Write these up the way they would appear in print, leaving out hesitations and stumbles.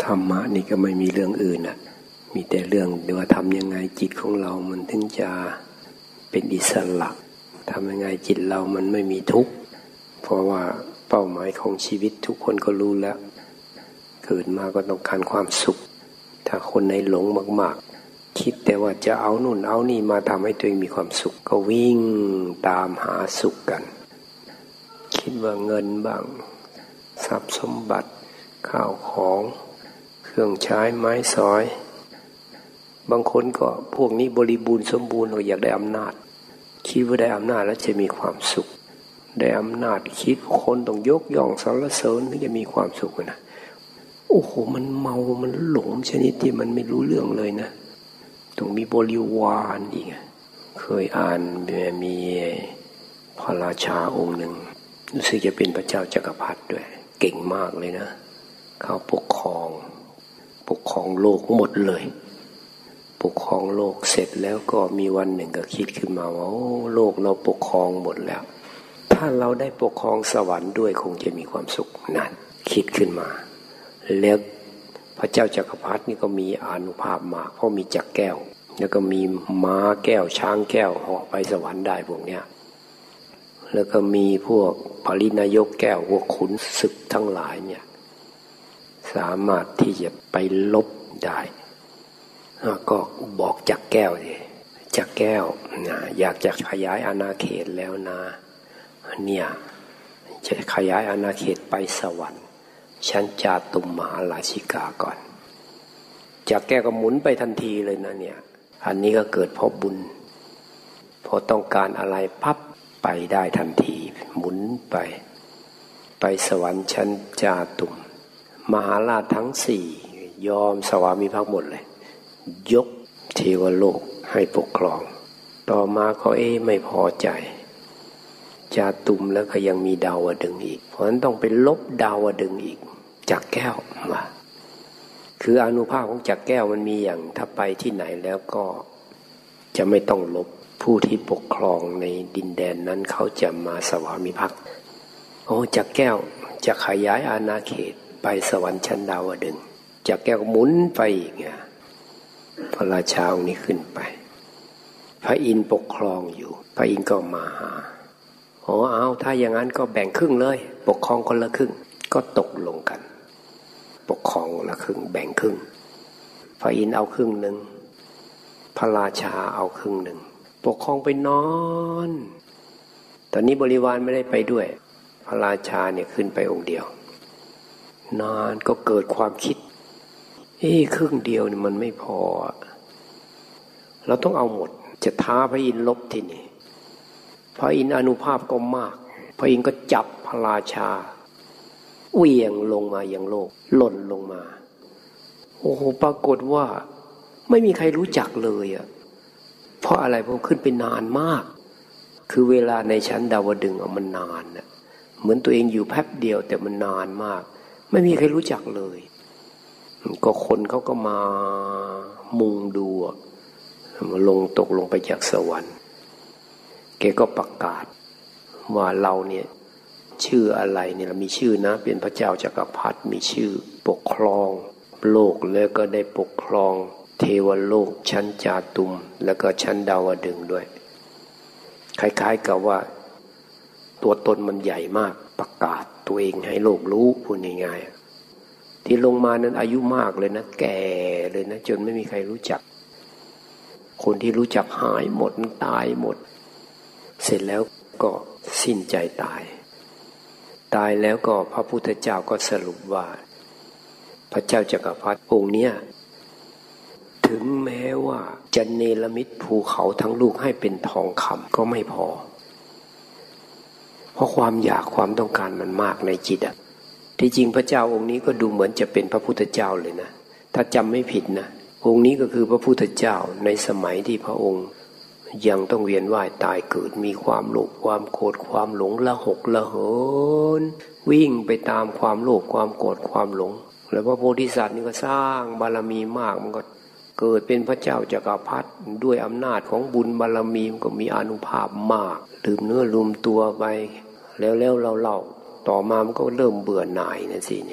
ธรรมะนี่ก็ไม่มีเรื่องอื่นอ่ะมีแต่เรื่องว่าทำยังไงจิตของเรามันถึงจะเป็นอิสระทำยังไงจิตเรามันไม่มีทุกข์เพราะว่าเป้าหมายของชีวิตทุกคนก็รู้แล้วเกิดมาก็ต้องการความสุขถ้าคนในหลงมากๆคิดแต่ว่าจะเอานู่นเอานี่มาทำให้ตัวเองมีความสุขก็วิ่งตามหาสุขกันคิดว่าเงินบ้างทรัพย์สมบัติข้าวของเครื่องใช้ไม้สอยบางคนก็พวกนี้บริบูรณ์สมบูรณ์ก็อยากได้อำนาจคิดว่าได้อำนาจแล้วจะมีความสุขได้อำนาจคิดคนต้องยกย่องสรรเสริญถึงจะมีความสุขนะโอ้โหมันเมามันหลงชนิดที่มันไม่รู้เรื่องเลยนะต้องมีบริวารอีกเคยอ่านมีพระราชาองค์หนึ่งรู้สึกจะเป็นพระเจ้าจักรพรรดิด้วยเก่งมากเลยนะเขาปกครองโลกหมดเลยปกครองโลกเสร็จแล้วก็มีวันหนึ่งก็คิดขึ้นมาว่าโอ้โลกเราปกครองหมดแล้วถ้าเราได้ปกครองสวรรค์ด้วยคงจะมีความสุขนั่นคิดขึ้นมาแล้วพระเจ้าจักรพรรดินี่ก็มีอานุภาพมากเพราะมีจักรแก้วแล้วก็มีม้าแก้วช้างแก้วเหาะไปสวรรค์ได้พวกเนี้ยแล้วก็มีพวกปรินายกแก้วพวกขุนศึกทั้งหลายเนี่ยสามารถที่จะไปลบได้ก็บอกจักรแก้วสิจักรแก้วนะอยากจะขยายอาณาเขตแล้วนะเนี่ยจะขยายอาณาเขตไปสวรรค์ชั้นจาตุมมหาราชิกาก่อนจักรแก้วก็หมุนไปทันทีเลยนะเนี่ยอันนี้ก็เกิดเพราะบุญพอต้องการอะไรปั๊บไปได้ทันทีหมุนไปสวรรค์ชั้นจาตุมมหาราชทั้งสี่ยอมสวามิภักดิ์หมดเลยยกเทวโลกให้ปกครองต่อมาเขาไม่พอใจจาตุมแล้วก็ยังมีดาวดึงส์อีกเพราะฉะนั้นต้องไปลบดาวดึงส์อีกจักรแก้วมาคืออานุภาพของจักรแก้วมันมีอย่างถ้าไปที่ไหนแล้วก็จะไม่ต้องลบผู้ที่ปกครองในดินแดนนั้นเขาจะมาสวามิภักดิ์โอ้จักรแก้วจะขยายอาณาเขตไปสวรรค์ชั้นดาวดึงส์จักรแก้วก็หมุนไปอีกไงพระราชาองค์นี้ขึ้นไปพระอินทร์ปกครองอยู่พระอินทร์ก็มาหาเอาถ้าอย่างนั้นก็แบ่งครึ่งเลยปกครองคนละครึ่งก็ตกลงกันปกครองละครึ่งแบ่งครึ่งพระอินทร์เอาครึ่งหนึ่งพระราชาเอาครึ่งหนึ่งปกครองไปนอนตอนนี้บริวารไม่ได้ไปด้วยพระราชาเนี่ยขึ้นไปองค์เดียวนอนก็เกิดความคิดครึ่งเดียวนี่มันไม่พอเราต้องเอาหมดจะท้าพระอินทร์ลบที่นี่พระอินทร์อานุภาพก็มากพระอินทร์ก็จับพระราชาเหวี่ยงลงมาอย่างโลกหล่นลงมาโอ้โหปรากฏว่าไม่มีใครรู้จักเลยอ่ะเพราะอะไรเพราะขึ้นไปนานมากคือเวลาในชั้นดาวดึงส์มันนานน่ะเหมือนตัวเองอยู่แป๊บเดียวแต่มันนานมากไม่มีใครรู้จักเลยก็คนเขาก็มามุงดูมาตกลงไปจากสวรรค์แกก็ประกาศว่าเราเนี่ยชื่ออะไรเนี่ยเรามีชื่อนะเป็นพระเจ้าจักรพรรดิมีชื่อปกครองโลกแล้วก็ได้ปกครองเทวโลกชั้นจาตุมแล้วก็ชั้นดาวดึงส์ด้วยคล้ายๆกับว่าตัวตนมันใหญ่มากประกาศตัวเองให้โลกรู้พูดง่ายๆที่ลงมานั้นอายุมากเลยนะแก่เลยนะจนไม่มีใครรู้จักคนที่รู้จักหายหมดตายหมดเสร็จแล้วก็สิ้นใจตายแล้วก็พระพุทธเจ้าก็สรุปว่าพระเจ้าจักรพรรดิองค์เนี้ยถึงแม้ว่าจะเนรมิตภูเขาทั้งลูกให้เป็นทองคำก็ไม่พอเพราะความอยากความต้องการมันมากในจิตอ่ะที่จริงพระเจ้าองค์นี้ก็ดูเหมือนจะเป็นพระพุทธเจ้าเลยนะถ้าจำไม่ผิดนะองค์นี้ก็คือพระพุทธเจ้าในสมัยที่พระองค์ยังต้องเวียนว่ายตายเกิดมีความโลภความโกรธความหลงละหกละเหินวิ่งไปตามความโลภความโกรธความหลงแล้วพระโพธิสัตว์นี่ก็สร้างบารมีมากมันก็เกิดเป็นพระเจ้าจักรพรรดิด้วยอำนาจของบุญบารมีมันก็มีอานุภาพมากลืมเนื้อลืมตัวไปแล้วเราต่อมามันก็เริ่มเบื่อหน่ายนะสิเนี่ย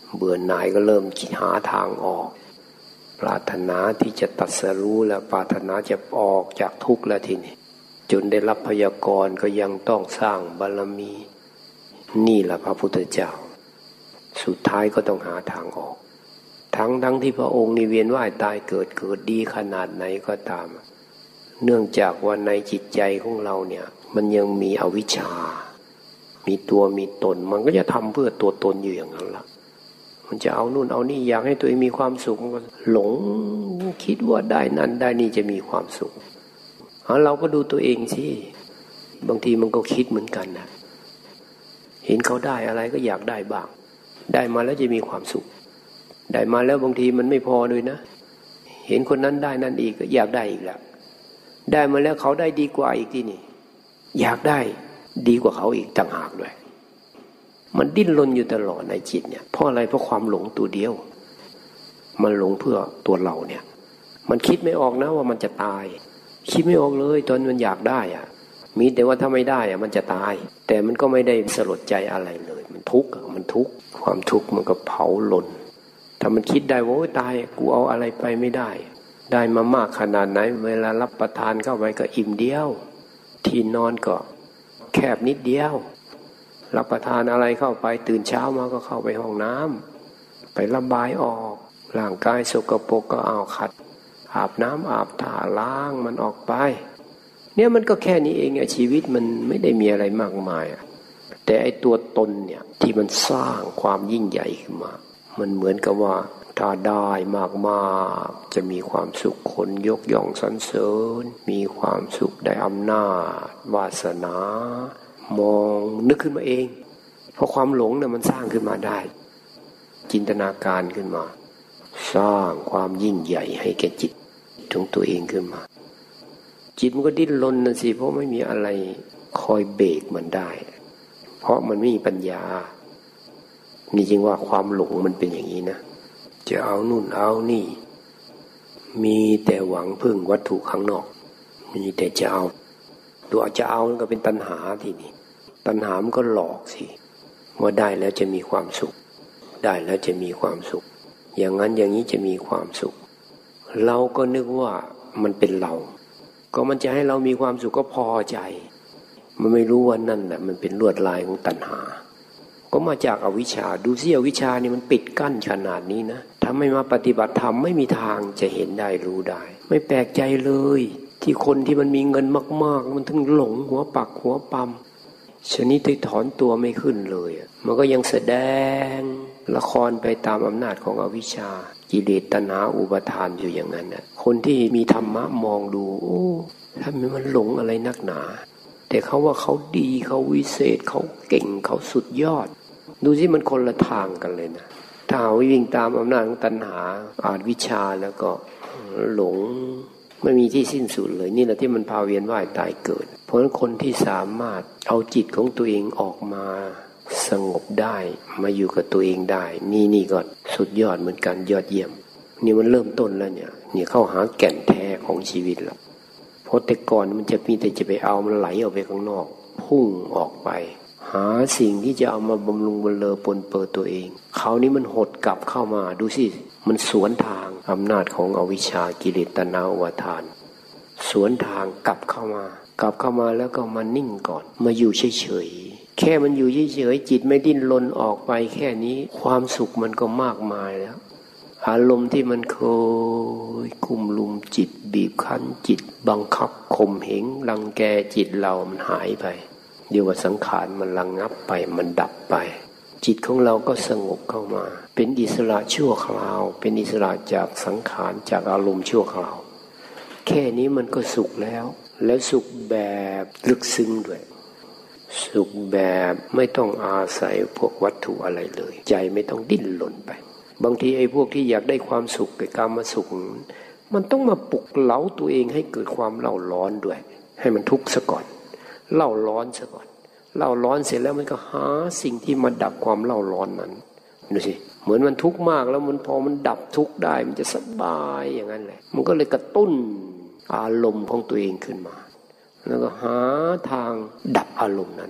เบื่อหน่ายก็เริ่มหาทางออกปรารถนาที่จะตรัสรู้แล้วปรารถนาจะออกจากทุกข์แล้วทีนี้จนได้รับพยากรณ์ก็ยังต้องสร้างบารมีนี่แหละพระพุทธเจ้าสุดท้ายก็ต้องหาทางออกทั้งที่พระองค์นี่เวียนว่ายตายเกิดดีขนาดไหนก็ตามเนื่องจากว่าในจิตใจของเราเนี่ยมันยังมีอวิชชามีตัวมีตนมันก็จะทำเพื่อตัวตนอยู่อย่างนั้นล่ะมันจะเอานู่นเอานี่อยากให้ตัวเองมีความสุขมันก็หลงคิดว่าได้นั่นได้นี่จะมีความสุขเราก็ดูตัวเองสิบางทีมันก็คิดเหมือนกันนะเห็นเขาได้อะไรก็อยากได้บ้างได้มาแล้วจะมีความสุขได้มาแล้วบางทีมันไม่พอด้วยนะเห็นคนนั้นได้นั่นอีกก็อยากได้อีกแล้วได้มาแล้วเขาได้ดีกว่าอีกที่นี่อยากได้ดีกว่าเขาอีกต่างหากด้วยมันดิ้นรนอยู่ตลอดในจิตเนี่ยเพราะอะไรเพราะความหลงตัวเดียวมันหลงเพื่อตัวเราเนี่ยมันคิดไม่ออกนะว่ามันจะตายคิดไม่ออกเลยตอนมันอยากได้อะมีแต่ว่าถ้าไม่ได้อะมันจะตายแต่มันก็ไม่ได้สลดใจอะไรเลยมันทุกข์มันทุกข์ความทุกข์มันก็เผาลนถ้ามันคิดได้ว่าโอ้ยตายกูเอาอะไรไปไม่ได้ได้มามากขนาดไหนเวลารับประทานเข้าไปก็อิ่มเดียวที่นอนก็แคบนิดเดียวรับประทานอะไรเข้าไปตื่นเช้ามาก็เข้าไปห้องน้ำไประบายออกร่างกายสกปรกก็เอาขัดอาบน้ำอาบท่าล้างมันออกไปเนี่ยมันก็แค่นี้เองอะชีวิตมันไม่ได้มีอะไรมากมายแต่ไอ้ตัวตนเนี่ยที่มันสร้างความยิ่งใหญ่ขึ้นมามันเหมือนกับว่าถ้าได้มากๆจะมีความสุขคนยกย่องสรรเสริญมีความสุขได้อำนาจวาสนามองนึกขึ้นมาเองเพราะความหลงเนี่ยมันสร้างขึ้นมาได้จินตนาการขึ้นมาสร้างความยิ่งใหญ่ให้แก่จิตของตัวเองขึ้นมาจิตมันก็ดิ้นรนนะสิเพราะไม่มีอะไรคอยเบรกมันได้เพราะมันไม่มีปัญญานี่จริงว่าความหลงมันเป็นอย่างนี้นะจะเอานู่นเอานี่มีแต่หวังพึ่งวัตถุข้างนอกมีแต่จะเอาตัวจะเอาก็เป็นตัณหาทีนี้ตัณหามันก็หลอกสิว่าได้แล้วจะมีความสุขได้แล้วจะมีความสุขอย่างนั้นอย่างนี้จะมีความสุขเราก็นึกว่ามันเป็นเราก็มันจะให้เรามีความสุขก็พอใจมันไม่รู้ว่านั่นแหละมันเป็นลวดลายของตัณหาก็มาจากอวิชชาดูสิอวิชชานี่มันปิดกั้นขนาดนี้นะถ้าไม่มาปฏิบัติธรรมไม่มีทางจะเห็นได้รู้ได้ไม่แปลกใจเลยที่คนที่มันมีเงินมากๆมันถึงหลงหัวปักหัวปั๊มชนิดที่ถอนตัวไม่ขึ้นเลยมันก็ยังแสดงละครไปตามอำนาจของอวิชชากิเลสตัณหาอุปาทานอยู่อย่างนั้นน่ะคนที่มีธรรมะมองดูโอ้ทำไมมันหลงอะไรนักหนาแต่เขาว่าเขาดีเขาวิเศษเขาเก่งเขาสุดยอดดูสิมันคนละทางกันเลยนะถ้าวิ่งตามอำนาจของตัณหาอาวิชชาแล้วก็หลงไม่มีที่สิ้นสุดเลยนี่แหละที่มันพาเวียนว่ายตายเกิดเพราะฉะนั้นคนที่สามารถเอาจิตของตัวเองออกมาสงบได้มาอยู่กับตัวเองได้นี่ก็สุดยอดเหมือนกันยอดเยี่ยมนี่มันเริ่มต้นแล้วเนี่ยเข้าหาแก่นแท้ของชีวิตแล้วเพราะแต่ก่อนมันจะมีแต่จะไปเอามันไหลออกไปข้างนอกพุ่งออกไปหาสิ่งที่จะเอามาบำรุงบำเรอปนเปื้อตัวเองคราวนี้มันหดกลับเข้ามาดูสิมันสวนทางอำนาจของอวิชชากิเลสตัณหาอุปาทานสวนทางกลับเข้ามาแล้วก็มานิ่งก่อนมาอยู่เฉยๆแค่มันอยู่เฉยๆจิตไม่ดิ้นรนออกไปแค่นี้ความสุขมันก็มากมายแล้วอารมณ์ที่มันเคยคุมลุมจิตบีบคั้นจิตบังคับข่มเหงรังแกจิตเรามันหายไปเดี๋ยวว่าสังขารมันระงับไปมันดับไปจิตของเราก็สงบเข้ามาเป็นอิสระชั่วคราวเป็นอิสระจากสังขารจากอารมณ์ชั่วคราวแค่นี้มันก็สุขแล้วสุขแบบลึกซึ้งด้วยสุขแบบไม่ต้องอาศัยพวกวัตถุอะไรเลยใจไม่ต้องดิ้นรนไปบางทีไอ้พวกที่อยากได้ความสุขกับกามสุขมันต้องมาปลุกเร้าตัวเองให้เกิดความเล่าร้อนด้วยให้มันทุกข์ซะก่อนเล่าร้อนซะก่อนเล่าร้อนเสร็จแล้วมันก็หาสิ่งที่มาดับความเล่าร้อนนั้นดูสิเหมือนมันทุกข์มากแล้วมันพอมันดับทุกข์ได้มันจะสบายอย่างนั้นแหละมันก็เลยกระตุ้นอารมณ์ของตัวเองขึ้นมาแล้วก็หาทางดับอารมณ์นั้น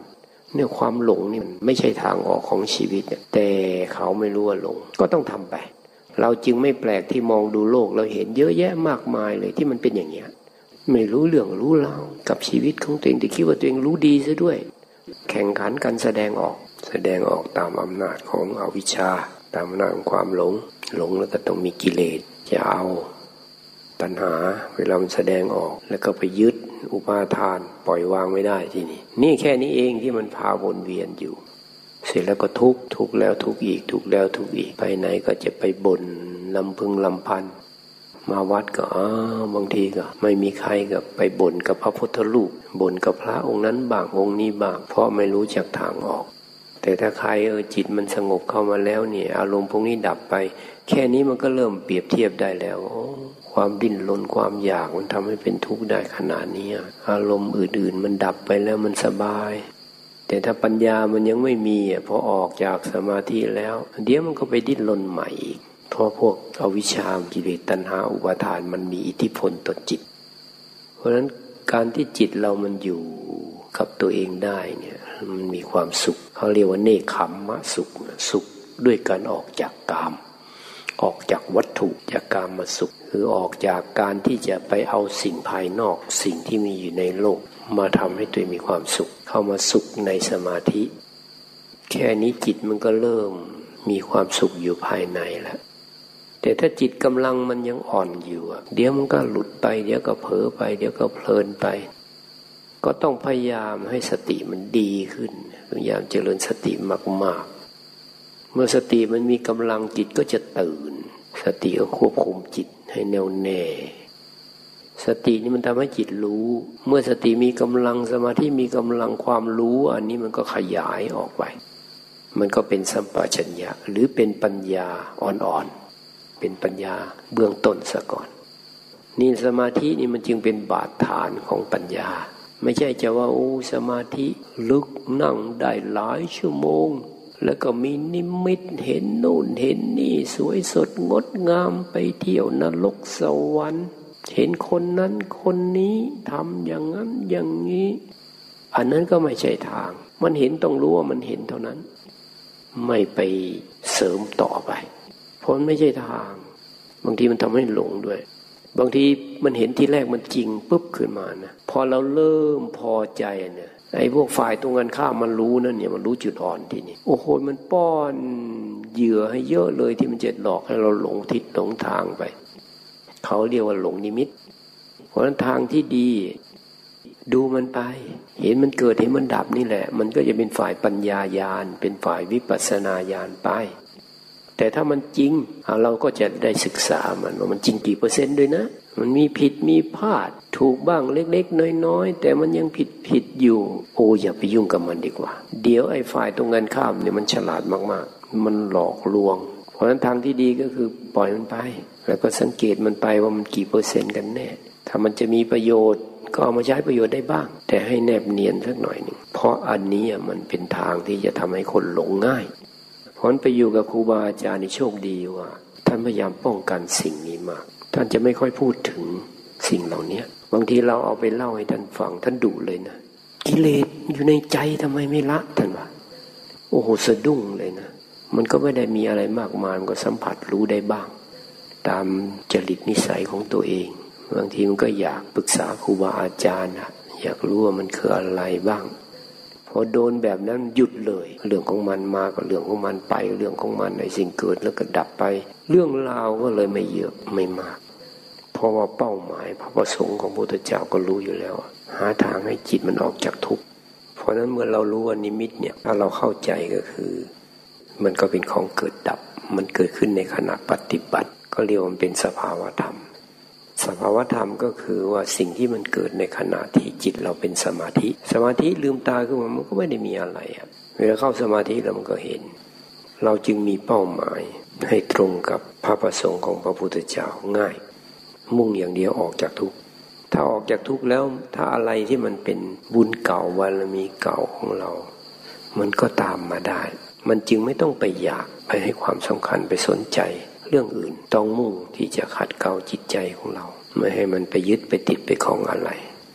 เนี่ยความหลงนี่มันไม่ใช่ทางออกของชีวิตแต่เขาไม่รู้ว่าหลงก็ต้องทำไปเราจึงไม่แปลกที่มองดูโลกเราเห็นเยอะแยะมากมายเลยที่มันเป็นอย่างเงี้ยไม่รู้เรื่องรู้ราวกับชีวิตของตัวเองแต่คิดว่าตัวเองรู้ดีซะด้วยแข่งขันกันแสดงออกตามอำนาจของอวิชชาตามอำนาจของความหลงแล้วก็ต้องมีกิเลสจะเอาตัณหาเวลามันแสดงออกแล้วก็ไปยึดอุปาทานปล่อยวางไม่ได้ที่นี่แค่นี้เองที่มันพาวนเวียนอยู่เสร็จแล้วก็ทุกข์แล้วทุกข์อีกทุกข์แล้วทุกข์อีกไปไหนก็จะไปบ่นลำพึงลำพันมาวัดก็บางทีก็ไม่มีใครก็ไปบ่นกับพระพุทธรูปบ่นกับพระองค์นั้นบางองค์นี้บางเพราะไม่รู้จักทางออกแต่ถ้าใครจิตมันสงบเข้ามาแล้วเนี่ยอารมณ์พวกนี้ดับไปแค่นี้มันก็เริ่มเปรียบเทียบได้แล้วความดิ้นรนความอยากมันทำให้เป็นทุกข์ได้ขนาดนี้อารมณ์อื่นๆมันดับไปแล้วมันสบายแต่ถ้าปัญญามันยังไม่มีพอออกจากสมาธิแล้วเดี๋ยวมันก็ไปดิ้นรนใหม่อีกเพราะพวกอวิชชากิเลสตัณหาอุปาทานมันมีอิทธิพลต่อจิตเพราะฉะนั้นการที่จิตเรามันอยู่กับตัวเองได้เนี่ยมันมีความสุขเขาเรียกว่าเนคขมมะสุขด้วยการออกจากกามออกจากวัตถุจากกามมาสุขคือออกจากการที่จะไปเอาสิ่งภายนอกสิ่งที่มีอยู่ในโลกมาทำให้ตัวมีความสุขเข้ามาสุขในสมาธิแค่นี้จิตมันก็เริ่มมีความสุขอยู่ภายในแล้วแต่ถ้าจิตกำลังมันยังอ่อนอยู่เดี๋ยวมันก็หลุดไปเดี๋ยวก็เผลอไปเดี๋ยวก็เพลินไปก็ต้องพยายามให้สติมันดีขึ้นพยายามเจริญสติมากๆเมื่อสติมันมีกำลังจิตก็จะตื่นสติก็ควบคุมจิตให้แน่วแน่สตินี่มันทำให้จิตรู้เมื่อสติมีกำลังสมาธิมีกำลังความรู้อันนี้มันก็ขยายออกไปมันก็เป็นสัมปชัญญะหรือเป็นปัญญาอ่อนๆเป็นปัญญาเบื้องต้นซะก่อนนี่สมาธินี่มันจึงเป็นบาดฐานของปัญญาไม่ใช่จะว่าสมาธิลึกนั่งได้หลายชั่วโมงแล้วก็มีนิมิตเห็นโน่นเห็นนี่สวยสดงดงามไปเที่ยวนรกสวรรค์เห็นคนนั้นคนนี้ทำอย่างนั้นอย่างนี้อันนั้นก็ไม่ใช่ทางมันเห็นต้องรู้ว่ามันเห็นเท่านั้นไม่ไปเสริมต่อไปเพราะมันไม่ใช่ทางบางทีมันทำให้หลงด้วยบางทีมันเห็นทีแรกมันจริงปุ๊บขึ้นมานะพอเราเริ่มพอใจเนี่ยไอ้พวกฝ่ายตรงกันข้ามมันรู้นั่นเนี่ยมันรู้จุดอ่อนทีนี้โอ้โหมันป้อนเหยื่อให้เยอะเลยที่มันจะหลอกให้เราหลงทิศหลงทางไปเขาเรียกว่าหลงนิมิตเพราะฉะนั้นทางที่ดีดูมันไปเห็นมันเกิดเห็นมันดับนี่แหละมันก็จะเป็นฝ่ายปัญญาญาณเป็นฝ่ายวิปัสสนาญาณไปแต่ถ้ามันจริงเราก็จะได้ศึกษามันว่ามันจริงกี่เปอร์เซ็นต์ด้วยนะมันมีผิดมีพลาดถูกบ้างเล็กๆน้อยๆแต่มันยังผิดอยู่อย่าไปยุ่งกับมันดีกว่าเดี๋ยวไอ้ฝ่ายตรงกันข้ามเนี่ยมันฉลาดมากๆมันหลอกลวงเพราะฉะนั้นทางที่ดีก็คือปล่อยมันไปแล้วก็สังเกตมันไปว่ามันกี่เปอร์เซ็นต์กันแน่ถ้ามันจะมีประโยชน์ก็เอามาใช้ประโยชน์ได้บ้างแต่ให้แนบเนียนสักหน่อยนึงเพราะอันนี้มันเป็นทางที่จะทำให้คนหลงง่ายเพราะฉะนั้นไปอยู่กับครูบาอาจารย์นี่โชคดีว่าท่านพยายามป้องกันสิ่งนี้มากท่านจะไม่ค่อยพูดถึงสิ่งเหล่านี้บางทีเราเอาไปเล่าให้ท่านฟังท่านดุเลยนะกิเลสอยู่ในใจทำไมไม่ละท่านว่าโอ้โหสะดุ้งเลยนะมันก็ไม่ได้มีอะไรมากมายมันก็สัมผัสรู้ได้บ้างตามจริตนิสัยของตัวเองบางทีมันก็อยากปรึกษาครูบาอาจารย์อยากรู้ว่ามันคืออะไรบ้างพอโดนแบบนั้นหยุดเลยเรื่องของมันมาก็เรื่องของมันไปเรื่องของมันในสิ่งเกิดแล้วก็ดับไปเรื่องราวก็เลยไม่เยอะไม่มากเพราะว่าเป้าหมายพระประสงค์ของพระพุทธเจ้าก็รู้อยู่แล้วหาทางให้จิตมันออกจากทุกข์เพราะนั้นเมื่อเรารู้ว่านิมิตเนี่ยถ้าเราเข้าใจก็คือมันก็เป็นของเกิดดับมันเกิดขึ้นในขณะปฏิบัติก็เรียกว่ามันเป็นสภาวธรรมสภาวธรรมก็คือว่าสิ่งที่มันเกิดในขณะที่จิตเราเป็นสมาธิลืมตาขึ้นมามันก็ไม่ได้มีอะไรเวลาเข้าสมาธิแล้วมันก็เห็นเราจึงมีเป้าหมายให้ตรงกับพระประสงค์ของพระพุทธเจ้าง่ายมุ่งอย่างเดียวออกจากทุกข์ถ้าออกจากทุกข์แล้วถ้าอะไรที่มันเป็นบุญเก่าบารมีเก่าของเรามันก็ตามมาได้มันจึงไม่ต้องไปอยากไปให้ความสำคัญไปสนใจเรื่องอื่นต้องมุ่งที่จะขัดเกลาจิตใจของเราไม่ให้มันไปยึดไปติดไปคล้องอะไร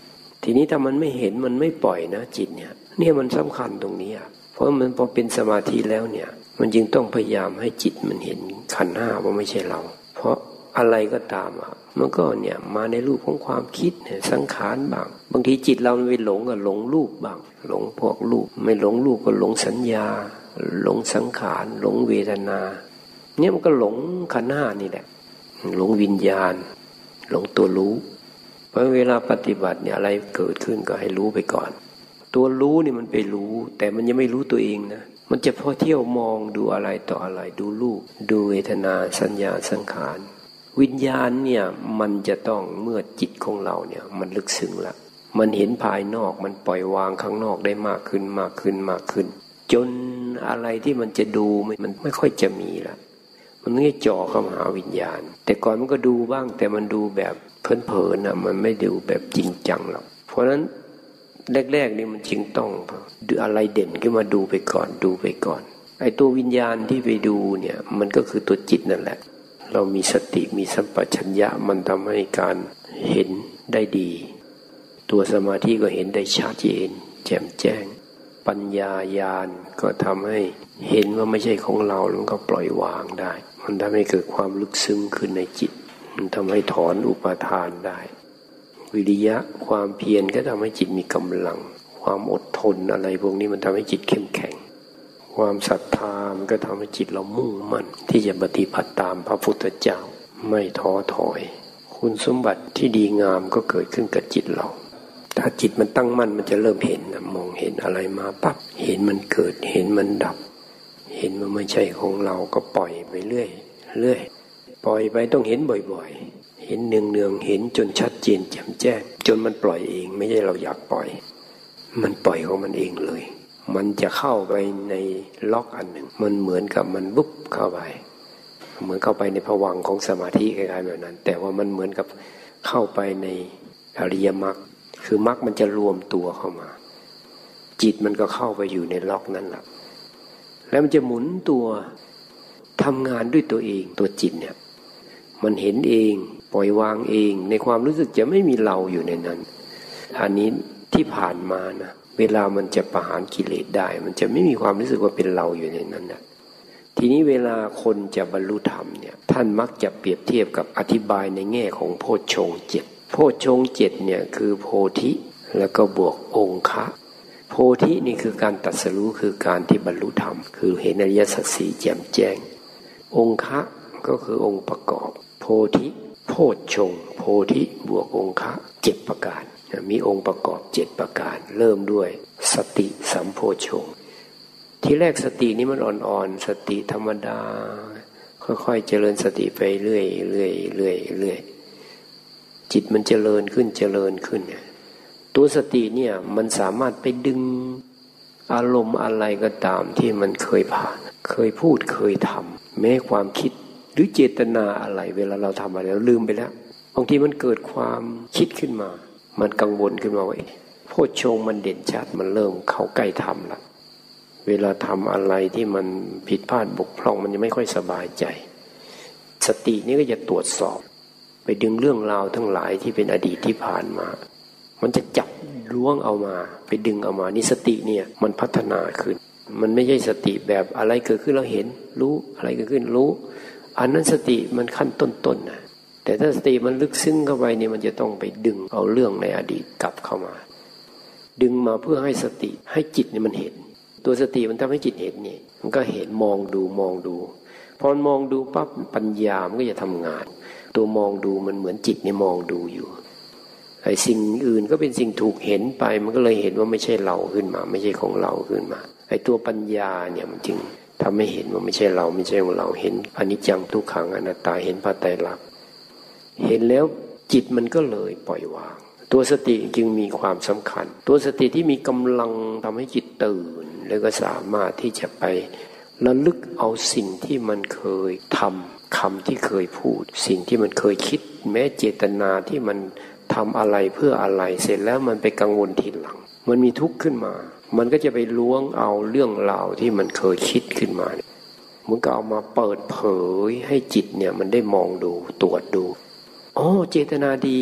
ทีนี้ถ้ามันไม่เห็นมันไม่ปล่อยนะจิตเนี่ยมันสำคัญตรงนี้เพราะมันพอเป็นสมาธิแล้วเนี่ยมันจึงต้องพยายามให้จิตมันเห็นขันธ์ห้าว่าไม่ใช่เราเพราะอะไรก็ตามมันก็เนี่ยมาในรูปของความคิดเนี่ยสังขารบ้างบางทีจิตเราไปหลงก็หลงรูปบ้างหลงพวกรูปไม่หลงรูปก็หลงสัญญาหลงสังขารหลงเวทนาเนี่ยมันก็หลงขันธ์ห้านี่แหละหลงวิญญาณหลงตัวรู้เพราะเวลาปฏิบัติเนี่ยอะไรเกิดขึ้นก็ให้รู้ไปก่อนตัวรู้นี่มันไปรู้แต่มันยังไม่รู้ตัวเองนะมันจะพอเที่ยวมองดูอะไรต่ออะไรดูรูปดูเวทนาสัญญาสังขารวิญญาณเนี่ยมันจะต้องเมื่อจิตของเราเนี่ยมันลึกซึ้งละมันเห็นภายนอกมันปล่อยวางข้างนอกได้มากขึ้นมากขึ้นมากขึ้นจนอะไรที่มันจะดูมันไม่ค่อยจะมีละมันไม่จ่อเข้ามาหาวิญญาณแต่ก่อนมันก็ดูบ้างแต่มันดูแบบเพลินๆมันไม่ดูแบบจริงจังหรอกเพราะฉะนั้นแรกๆนี่มันจึงต้องดูอะไรเด่นขึ้นมาดูไปก่อนดูไปก่อนไอ้ตัววิญญาณที่ไปดูเนี่ยมันก็คือตัวจิตนั่นแหละเรามีสติมีสัมปชัญญะมันทำให้การเห็นได้ดีตัวสมาธิก็เห็นได้ชัดเจนแจ่มแจ้งปัญญาญาณก็ทำให้เห็นว่าไม่ใช่ของเราแล้วก็ปล่อยวางได้มันทำให้เกิดความลึกซึ้งขึ้นในจิตมันทำให้ถอนอุปาทานได้วิริยะความเพียรก็ทำให้จิตมีกำลังความอดทนอะไรพวกนี้มันทำให้จิตเข้มแข็งความศรัทธามันก็ทำให้จิตเรามุ่งมั่นที่จะปฏิบัติตามพระพุทธเจ้าไม่ท้อถอยคุณสมบัติที่ดีงามก็เกิดขึ้นกับจิตเราถ้าจิตมันตั้งมั่นมันจะเริ่มเห็นมองเห็นอะไรมาปั๊บเห็นมันเกิดเห็นมันดับเห็นว่าไม่ใช่ของเราก็ปล่อยไปเรื่อยปล่อยไปต้องเห็นบ่อยๆเห็นเนืองๆเห็นจนชัดเจนแจ่มแจ้งจนมันปล่อยเองไม่ใช่เราอยากปล่อยมันปล่อยของมันเองเลยมันจะเข้าไปในล็อกอันหนึ่งมันเหมือนกับมันบุ๊บเข้าไปเหมือนเข้าไปในภวังค์ของสมาธิคล้ายๆแบบนั้นแต่ว่ามันเหมือนกับเข้าไปในอริยมรรคคือมรรคมันจะรวมตัวเข้ามาจิตมันก็เข้าไปอยู่ในล็อกนั้นแหละแล้วมันจะหมุนตัวทำงานด้วยตัวเองตัวจิตเนี่ยมันเห็นเองปล่อยวางเองในความรู้สึกจะไม่มีเราอยู่ในนั้นอันนี้ที่ผ่านมานะเวลามันจะประหารกิเลสได้มันจะไม่มีความรู้สึกว่าเป็นเราอยู่ในนั้นนะทีนี้เวลาคนจะบรรลุธรรมเนี่ยท่านมักจะเปรียบเทียบกับอธิบายในแง่ของโพชฌงค์เจ็ดโพชฌงค์เจ็ดเนี่ยคือโพธิแล้วก็บวกองคะโพธินี่คือการตรัสรู้คือการที่บรรลุธรรมคือเห็นอริยสัจสี่แจ่มแจ้งองคะก็คือองค์ประกอบโพธิโพชฌงค์โพธิบวกองคะ7ประการมีองค์ประกอบ7ประการเริ่มด้วยสติสัมโพชฌงค์ที่แรกสตินี้มันอ่อนๆสติธรรมดาค่อยๆเจริญสติไปเรื่อยๆจิตมันเจริญขึ้นตัวสติเนี่ยมันสามารถไปดึงอารมณ์อะไรก็ตามที่มันเคยผ่านเคยพูดเคยทำแม้ความคิดหรือเจตนาอะไรเวลาเราทำอะไรเราลืมไปแล้วบางทีมันเกิดความคิดขึ้นมามันกังวลขึ้นมาว่าโพชฌงค์มันเด่นชัดมันเริ่มเข้าใกล้ธรรมละเวลาทำอะไรที่มันผิดพลาดบกพร่องมันยังไม่ค่อยสบายใจสตินี้ก็จะตรวจสอบไปดึงเรื่องราวทั้งหลายที่เป็นอดีตที่ผ่านมามันจะจับล้วงเอามาไปดึงเอามานี่สติเนี่ยมันพัฒนาขึ้นมันไม่ใช่สติแบบอะไรเกิดขึ้นเราเห็นรู้อะไรเกิดขึ้นรู้อันนั้นสติมันขั้นต้นๆนะแต่ถ้าสติมันลึกซึ้งเข้าไปนี่มันจะต้องไปดึงเอาเรื่องในอดีตกลับเข้ามาดึงมาเพื่อให้สติให้จิตนี่มันเห็นตัวสติมันทำให้จิตเห็นนี่มันก็เห็นมองดูพอมองดูปั๊บปัญญามันก็จะทำงานตัวมองดูมันเหมือนจิตนี่มองดูอยู่ไอ้สิ่งอื่นก็เป็นสิ่งถูกเห็นไปมันก็เลยเห็นว่าไม่ใช่เราขึ้นมาไม่ใช่ของเราขึ้นมาไอ้ตัวปัญญาเนี่ยมันจึงทำให้เห็นว่าไม่ใช่เราไม่ใช่ของเราเห็นอนิจจังทุกขังอนัตตาเห็นพระไตรลักษณ์เห็นแล้วจิตมันก็เลยปล่อยวางตัวสติจึงมีความสำคัญตัวสติที่มีกำลังทำให้จิตตื่นแล้วก็สามารถที่จะไประลึกเอาสิ่งที่มันเคยทำคำที่เคยพูดสิ่งที่มันเคยคิดแม้เจตนาที่มันทำอะไรเพื่ออะไรเสร็จแล้วมันไปกังวลทีหลังมันมีทุกข์ขึ้นมามันก็จะไปล้วงเอาเรื่องราวที่มันเคยคิดขึ้นมามันก็เอามาเปิดเผยให้จิตเนี่ยมันได้มองดูตรวจดูอ๋อเจตนาดี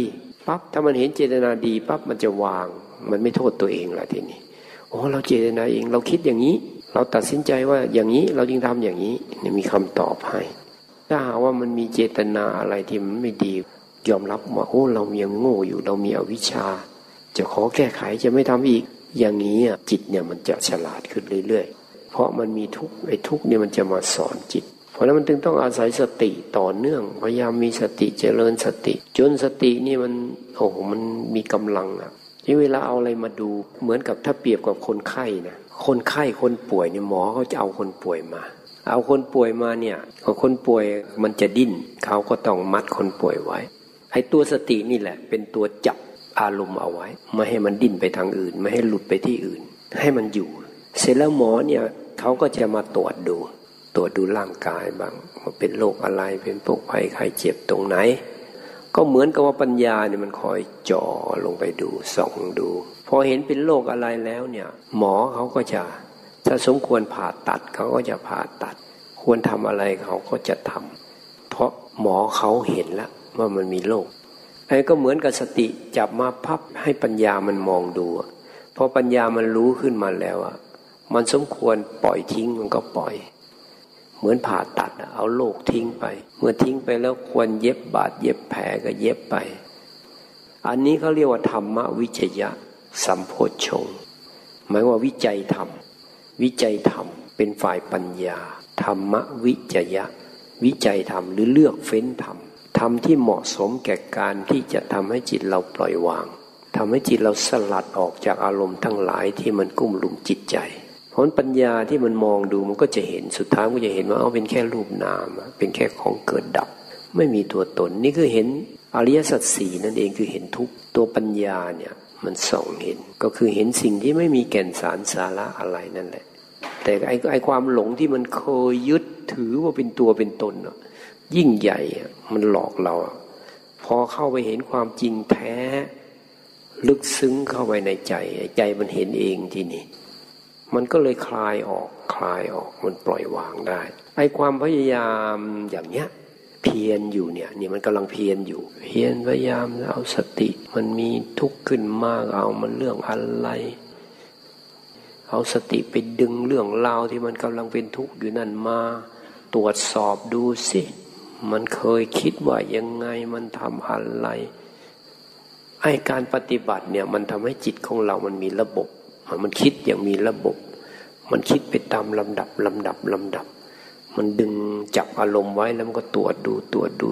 ปั๊บถ้ามันเห็นเจตนาดีปั๊บมันจะวางมันไม่โทษตัวเองละทีนี้โอ้เราเจตนาเองเราคิดอย่างนี้เราตัดสินใจว่าอย่างนี้เราจึงทำอย่างนี้เนี่ยมีคำตอบให้ถ้าหากว่ามันมีเจตนาอะไรที่มันไม่ดียอมรับว่าโอ้เรายังโง่อยู่เรามีอวิชชาจะขอแก้ไขจะไม่ทำอีกอย่างนี้จิตเนี่ยมันจะฉลาดขึ้นเรื่อยๆเพราะมันมีทุกข์ไอ้ทุกข์เนี่ยมันจะมาสอนจิตเพราะนั้นมันจึงต้องอาศัยสติต่อเนื่องพยายามมีสติเจริญสติจนสตินี่มันโอ้โหมันมีกำลังที่เวลาเอาอะไรมาดูเหมือนกับถ้าเปรียบกับคนไข้นะคนไข้คนป่วยเนี่ยหมอเขาจะเอาคนป่วยมาเอาคนป่วยมาเนี่ยพอคนป่วยมันจะดิ้นเขาก็ต้องมัดคนป่วยไว้ไอ้ตัวสตินี่แหละเป็นตัวจับอารมณ์เอาไว้ไม่ให้มันดิ้นไปทางอื่นไม่ให้หลุดไปที่อื่นให้มันอยู่เสร็จแล้วหมอเนี่ยเขาก็จะมาตรวจดูร่างกายบ้างว่าเป็นโรคอะไรเป็นโรคภัยไข้เจ็บตรงไหนก็เหมือนกับว่าปัญญาเนี่ยมันคอยจ่อลงไปดูส่องดูพอเห็นเป็นโรคอะไรแล้วเนี่ยหมอเขาก็จะถ้าสมควรผ่าตัดเขาก็จะผ่าตัดควรทำอะไรเขาก็จะทำเพราะหมอเขาเห็นแล้วว่ามันมีโรคไอ้ก็เหมือนกับสติจับมาพับให้ปัญญามันมองดูพอปัญญามันรู้ขึ้นมาแล้วมันสมควรปล่อยทิ้งมันก็ปล่อยเหมือนผ่าตัดเอาโรคทิ้งไปเมื่อทิ้งไปแล้วควรเย็บบาดเย็บแผลก็เย็บไปอันนี้เขาเรียกว่าธรรมวิจยะสัมโพชฌงค์หมายว่าวิจัยธรรมเป็นฝ่ายปัญญาธรรมวิจยะวิจัยธรรมหรือเลือกเฟ้นธรรมที่เหมาะสมแก่การที่จะทำให้จิตเราปล่อยวางทำให้จิตเราสลัดออกจากอารมณ์ทั้งหลายที่มันกุ้มลุมจิตใจเพราะปัญญาที่มันมองดูมันก็จะเห็นสุดท้ายมันก็จะเห็นว่าเอาเป็นแค่รูปนามเป็นแค่ของเกิดดับไม่มีตัวตนนี่คือเห็นอริยสัจสี่นั่นเองคือเห็นทุกตัวปัญญาเนี่ยมันส่องเห็นก็คือเห็นสิ่งที่ไม่มีแก่นสารสาระอะไรนั่นแหละแต่ไอความหลงที่มันเคยยึดถือว่าเป็นตัวเป็นตนยิ่งใหญ่มันหลอกเราพอเข้าไปเห็นความจริงแท้ลึกซึ้งเข้าไปในใจมันเห็นเองทีนี้มันก็เลยคลายออกมันปล่อยวางได้ไอ้ความพยายามอย่างเนี้ยเพียรอยู่เนี่ยมันกำลังเพียรอยู่พยายามเอาสติมันมีทุกข์ขึ้นมากเอามันเรื่องอะไรเอาสติไปดึงเรื่องราวที่มันกำลังเป็นทุกข์อยู่นั่นมาตรวจสอบดูสิมันเคยคิดว่ายังไงมันทำอะไรไอ้การปฏิบัติเนี่ยมันทำให้จิตของเรามันมีระบบมันคิดอย่างมีระบบมันคิดไปตามลำดับมันดึงจับอารมณ์ไว้แล้วมันก็ตรวจดู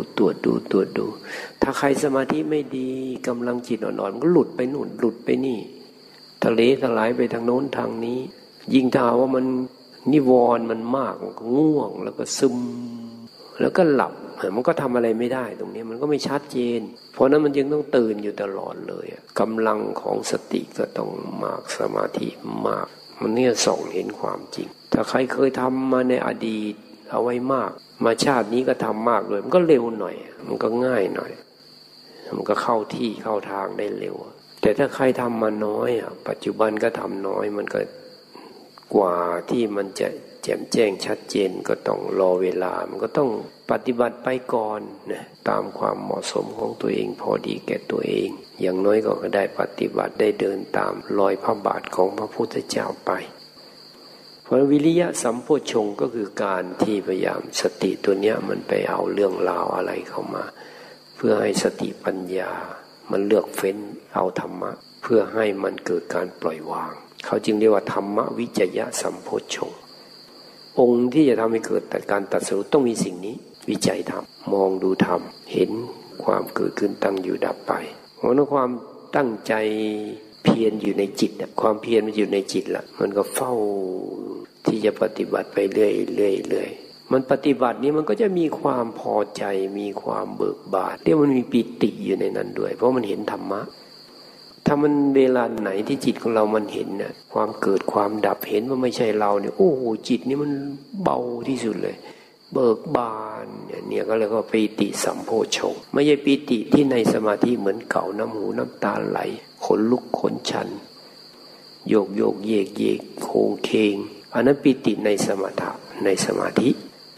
ถ้าใครสมาธิไม่ดีกำลังจิตอ่อนๆมันก็หลุดไปนู่นหลุดไปนี่ทะเลทลายไปทางโน้นทางนี้ยิ่งถ้าว่ามันนิวรณ์มันมากมันก็ง่วงแล้วก็ซึมแล้วก็หลับมันก็ทำอะไรไม่ได้ตรงนี้มันก็ไม่ชัดเจนเพราะนั้นมันจึงต้องตื่นอยู่ตลอดเลยกำลังของสติก็ต้องมากสมาธิมากมันเนี่ยส่องเห็นความจริงถ้าใครเคยทำมาในอดีตเอาไว้มากมาชาตินี้ก็ทำมากเลยมันก็เร็วหน่อยมันก็ง่ายหน่อยมันก็เข้าที่เข้าทางได้เร็วแต่ถ้าใครทำมาน้อยปัจจุบันก็ทำน้อยมันก็กว่าที่มันจะแจ่มแจ้งชัดเจนก็ต้องรอเวลามันก็ต้องปฏิบัติไปก่อนนะตามความเหมาะสมของตัวเองพอดีแก่ตัวเองอย่างน้อยก็ได้ปฏิบัติได้เดินตามรอยพระบาทของพระพุทธเจ้าไปเพราะวิริยะสัมโพชฌงค์ก็คือการที่พยายามสติตัวเนี้ยมันไปเอาเรื่องราวอะไรเข้ามาเพื่อให้สติปัญญามันเลือกเฟ้นเอาธรรมะเพื่อให้มันเกิดการปล่อยวางเขาจึงเรียกว่าธรรมวิจยะสัมโพชฌงค์องค์ที่จะทำให้เกิดการตรัสรู้ต้องมีสิ่งนี้วิจัยธรรมมองดูธรรมเห็นความเกิดขึ้นตั้งอยู่ดับไปเพราะนั้นความตั้งใจเพียรอยู่ในจิตความเพียรมันอยู่ในจิตละมันก็เฝ้าที่จะปฏิบัติไปเรื่อยมันปฏิบัตินี้มันก็จะมีความพอใจมีความเบิกบานเรียกมันมีปิติอยู่ในนั้นด้วยเพราะมันเห็นธรรมะถ้ามันเวลาไหนที่จิตของเรามันเห็นนะความเกิดความดับเห็นว่าไม่ใช่เราเนี่ยโอ้โหจิตนี้มันเบาที่สุดเลยเบิกบานเนี่ยก็เรียกว่าปิติสัมโพชฌงค์ไม่ใช่ปิติที่ในสมาธิเหมือนเก่าน้ำหูน้ำตาไหลขนลุกขนชันโยกเยกโคงเคงอันนั้นปิติในสมถะในสมาธิ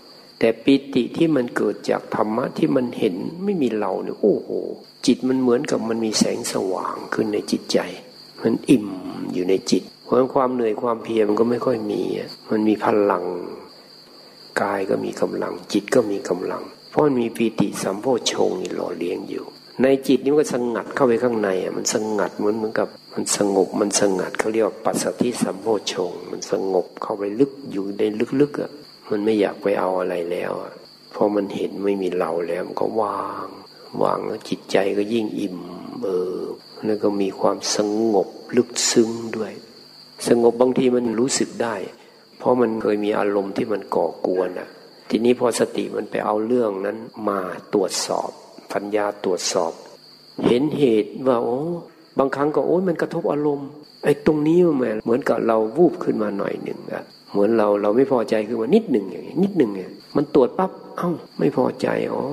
แต่ปิติที่มันเกิดจากธรรมะที่มันเห็นไม่มีเราเนี่ยโอ้โหจิตมันเหมือนกับมันมีแสงสว่างขึ้นในจิตใจมันอิ่มอยู่ในจิตเพราะความเหนื่อยความเพลียมันก็ไม่ค่อยมีมันมีพลังกายก็มีกำลังจิตก็มีกำลังเพราะมันมีปิติสัมโพชฌงค์นี่หล่อเลี้ยงอยู่ในจิตนี่มันก็สงัดเข้าไปข้างในมันสงัดเหมือนกับมันสงบมันสงัดเขาเรียกว่าปัสสัทธิสัมโพชฌงค์มันสงบเข้าไปลึกอยู่ในลึกๆมันไม่อยากไปเอาอะไรแล้วพอมันเห็นไม่มีเราแล้วมันก็วางแล้วจิตใจก็ยิ่งอิ่มแล้วก็มีความสงบลึกซึ้งด้วยสงบบางทีมันรู้สึกได้เพราะมันเคยมีอารมณ์ที่มันก่อกวนทีนี้พอสติมันไปเอาเรื่องนั้นมาตรวจสอบปัญญาตรวจสอบเห็นเหตุว่าโอ้บางครั้งก็โอ้ยมันกระทบอารมณ์ไอ้ตรงนี้มันเหมือนกับเราวูบขึ้นมาหน่อยหนึ่งเหมือนเราไม่พอใจขึ้นมานิดหนึ่งอย่างนี้นิดหนึ่งมันตรวจปั๊บไม่พอใจ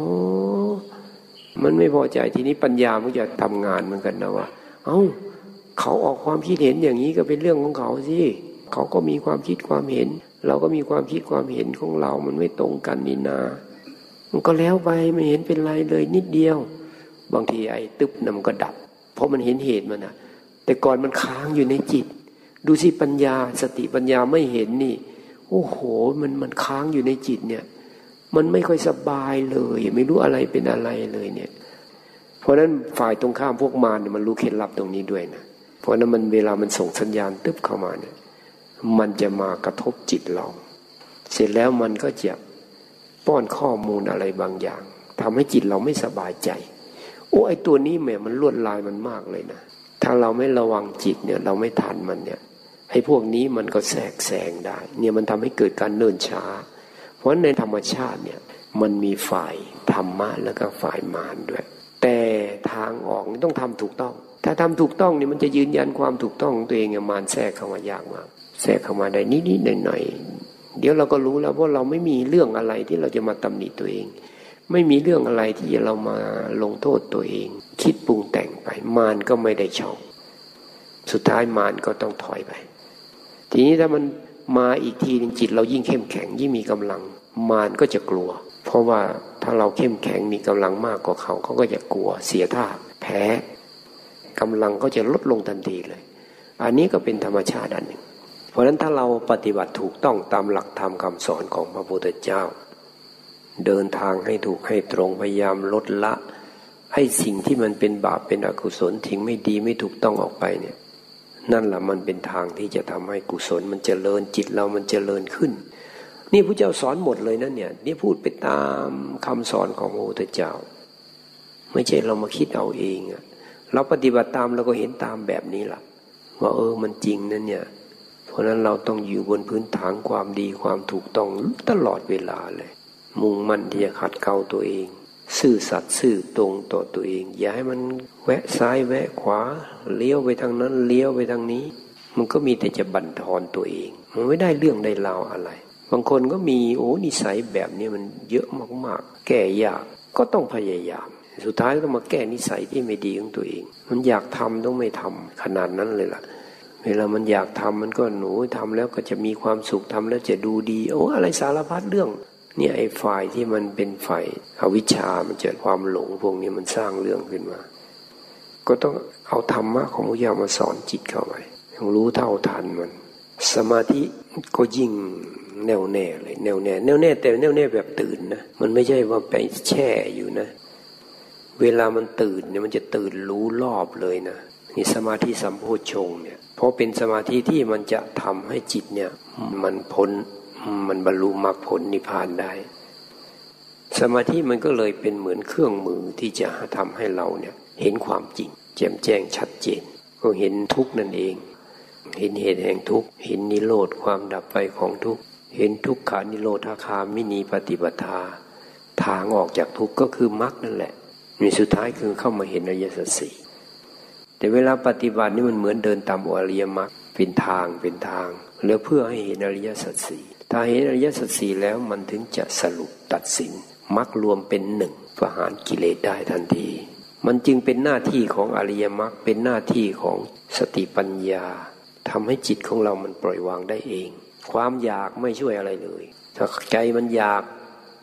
มันไม่พอใจทีนี้ปัญญามันจะทำงานเหมือนกันนะว่าเขาออกความคิดเห็นอย่างนี้ก็เป็นเรื่องของเขาสิเขาก็มีความคิดความเห็นเราก็มีความคิดความเห็นของเรามันไม่ตรงกันนี่นามันก็แล้วไปไม่เห็นเป็นไรเลยนิดเดียวบางทีไอ้ตึ๊บน่ะมันก็ดับเพราะมันเห็นเหตุมันแต่ก่อนมันค้างอยู่ในจิตดูสิปัญญาสติปัญญาไม่เห็นนี่โอ้โหมันค้างอยู่ในจิตเนี่ยมันไม่ค่อยสบายเลยไม่รู้อะไรเป็นอะไรเลยเนี่ยเพราะนั้นฝ่ายตรงข้ามพวกมารเนี่ยมันรู้เคล็ดลับตรงนี้ด้วยนะเพราะนั้นมันเวลามันส่งสัญญาณตึ๊บเข้ามาเนี่ยมันจะมากระทบจิตเราเสร็จแล้วมันก็จะป้อนข้อมูลอะไรบางอย่างทำให้จิตเราไม่สบายใจไอ้ตัวนี้แหมมันลวดลายมันมากเลยนะถ้าเราไม่ระวังจิตเนี่ยเราไม่ทันมันเนี่ยไอ้พวกนี้มันก็แทรกแซงได้เนี่ยมันทำให้เกิดการเนิ่นช้าเพราะในธรรมชาติเนี่ยมันมีฝ่ายธรรมะแล้วก็ฝ่ายมารด้วยแต่ทางออกต้องทำถูกต้องถ้าทำถูกต้องเนี่ยมันจะยืนยันความถูกต้องของตัวเองมารแทรกเข้ามายากมากแทรกเข้ามาได้นิดๆหน่อยๆเดี๋ยวเราก็รู้แล้วเพราะเราไม่มีเรื่องอะไรที่เราจะมาตำหนิตัวเองไม่มีเรื่องอะไรที่เรามาลงโทษตัวเองคิดปรุงแต่งไปมารก็ไม่ได้ช่องสุดท้ายมารก็ต้องถอยไปทีนี้ถ้ามันมาอีกทีนึงจิตเรายิ่งเข้มแข็งยิ่งมีกำลังมารก็จะกลัวเพราะว่าถ้าเราเข้มแข็งมีกำลังมากกว่าเขาก็จะกลัวเสียท่าแพ้กำลังก็จะลดลงทันทีเลยอันนี้ก็เป็นธรรมชาติอันหนึ่งเพราะฉะนั้นถ้าเราปฏิบัติถูกต้องตามหลักธรรมคำสอนของพระพุทธเจ้าเดินทางให้ถูกให้ตรงพยายามลดละให้สิ่งที่มันเป็นบาปเป็นอกุศลทิ้งไม่ดีไม่ถูกต้องออกไปเนี่ยนั่นแหละมันเป็นทางที่จะทำให้กุศลมันเจริญจิตเรามันเจริญขึ้นนี่พระเจ้าสอนหมดเลยนะเนี่ยนี่พูดไปตามคำสอนของพระพุทธเจ้าไม่ใช่เรามาคิดเอาเองเราปฏิบัติตามเราก็เห็นตามแบบนี้ล่ะว่ามันจริงนั่นเนี่ยเพราะนั้นเราต้องอยู่บนพื้นฐานความดีความถูกต้องตลอดเวลาเลยมุ่งมั่นที่จะขัดเกลาตัวเองซื่อสัตย์ซื่อตรงต่อตัวเองอย่าให้มันแวะซ้ายแวะขวาเลี้ยวไปทางนั้นเลี้ยวไปทางนี้มันก็มีแต่จะบั่นทอนตัวเองมันไม่ได้เรื่องได้ราวอะไรบางคนก็มีนิสัยแบบนี้มันเยอะมากๆแก้ยากก็ต้องพยายามสุดท้ายต้องมาแก้นิสัยที่ไม่ดีของตัวเองมันอยากทำต้องไม่ทำขนาดนั้นเลยล่ะเวลามันอยากทำมันก็หนูทำแล้วก็จะมีความสุขทำแล้วจะดูดีอะไรสารพัดเรื่องเนี่ยไอ้ฝ่ายที่มันเป็นฝ่ายอวิชชามันเกิดความหลงพวกนี้มันสร้างเรื่องขึ้นมาก็ต้องเอาธรรมะของพระเจ้ามาสอนจิตเข้าไปต้องรู้เท่าทันมันสมาธิก็ยิ่งแน่วแน่เลยแน่วแน่แต่แน่วแน่แบบตื่นนะมันไม่ใช่ว่าไปแช่อยู่นะเวลามันตื่นเนี่ยมันจะตื่นรู้รอบเลยนะนี่สมาธิสัมโพชฌงค์เนี่ยเพราะเป็นสมาธิที่มันจะทำให้จิตเนี่ยมันพ้นมันบรรลุมรรคผลนิพพานได้สมาธิมันก็เลยเป็นเหมือนเครื่องมือที่จะทำให้เราเนี่ยเห็นความจริงแจ่มแจ้งชัดเจนก็เห็นทุกข์นั่นเองเห็นเหตุแห่งทุกข์เห็นนิโรธความดับไปของทุกข์เห็นทุกขานิโรธคามินีปฏิปทาทางออกจากทุกข์ก็คือมรรคนั่นแหละมีสุดท้ายคือเข้ามาเห็นอริยสัจสี่แต่เวลาปฏิบัตินี่มันเหมือนเดินตามอริยมรรคเป็นทางแล้วเพื่อให้เห็นอริยสัจสี่ถ้าเห็นอริยสัจสี่แล้วมันถึงจะสรุปตัดสินมรรครวมเป็นหนึ่งประหารกิเลสได้ทันทีมันจึงเป็นหน้าที่ของอริยมรรคเป็นหน้าที่ของสติปัญญาทำให้จิตของเรามันปล่อยวางได้เองความอยากไม่ช่วยอะไรเลยถ้าใจมันอยาก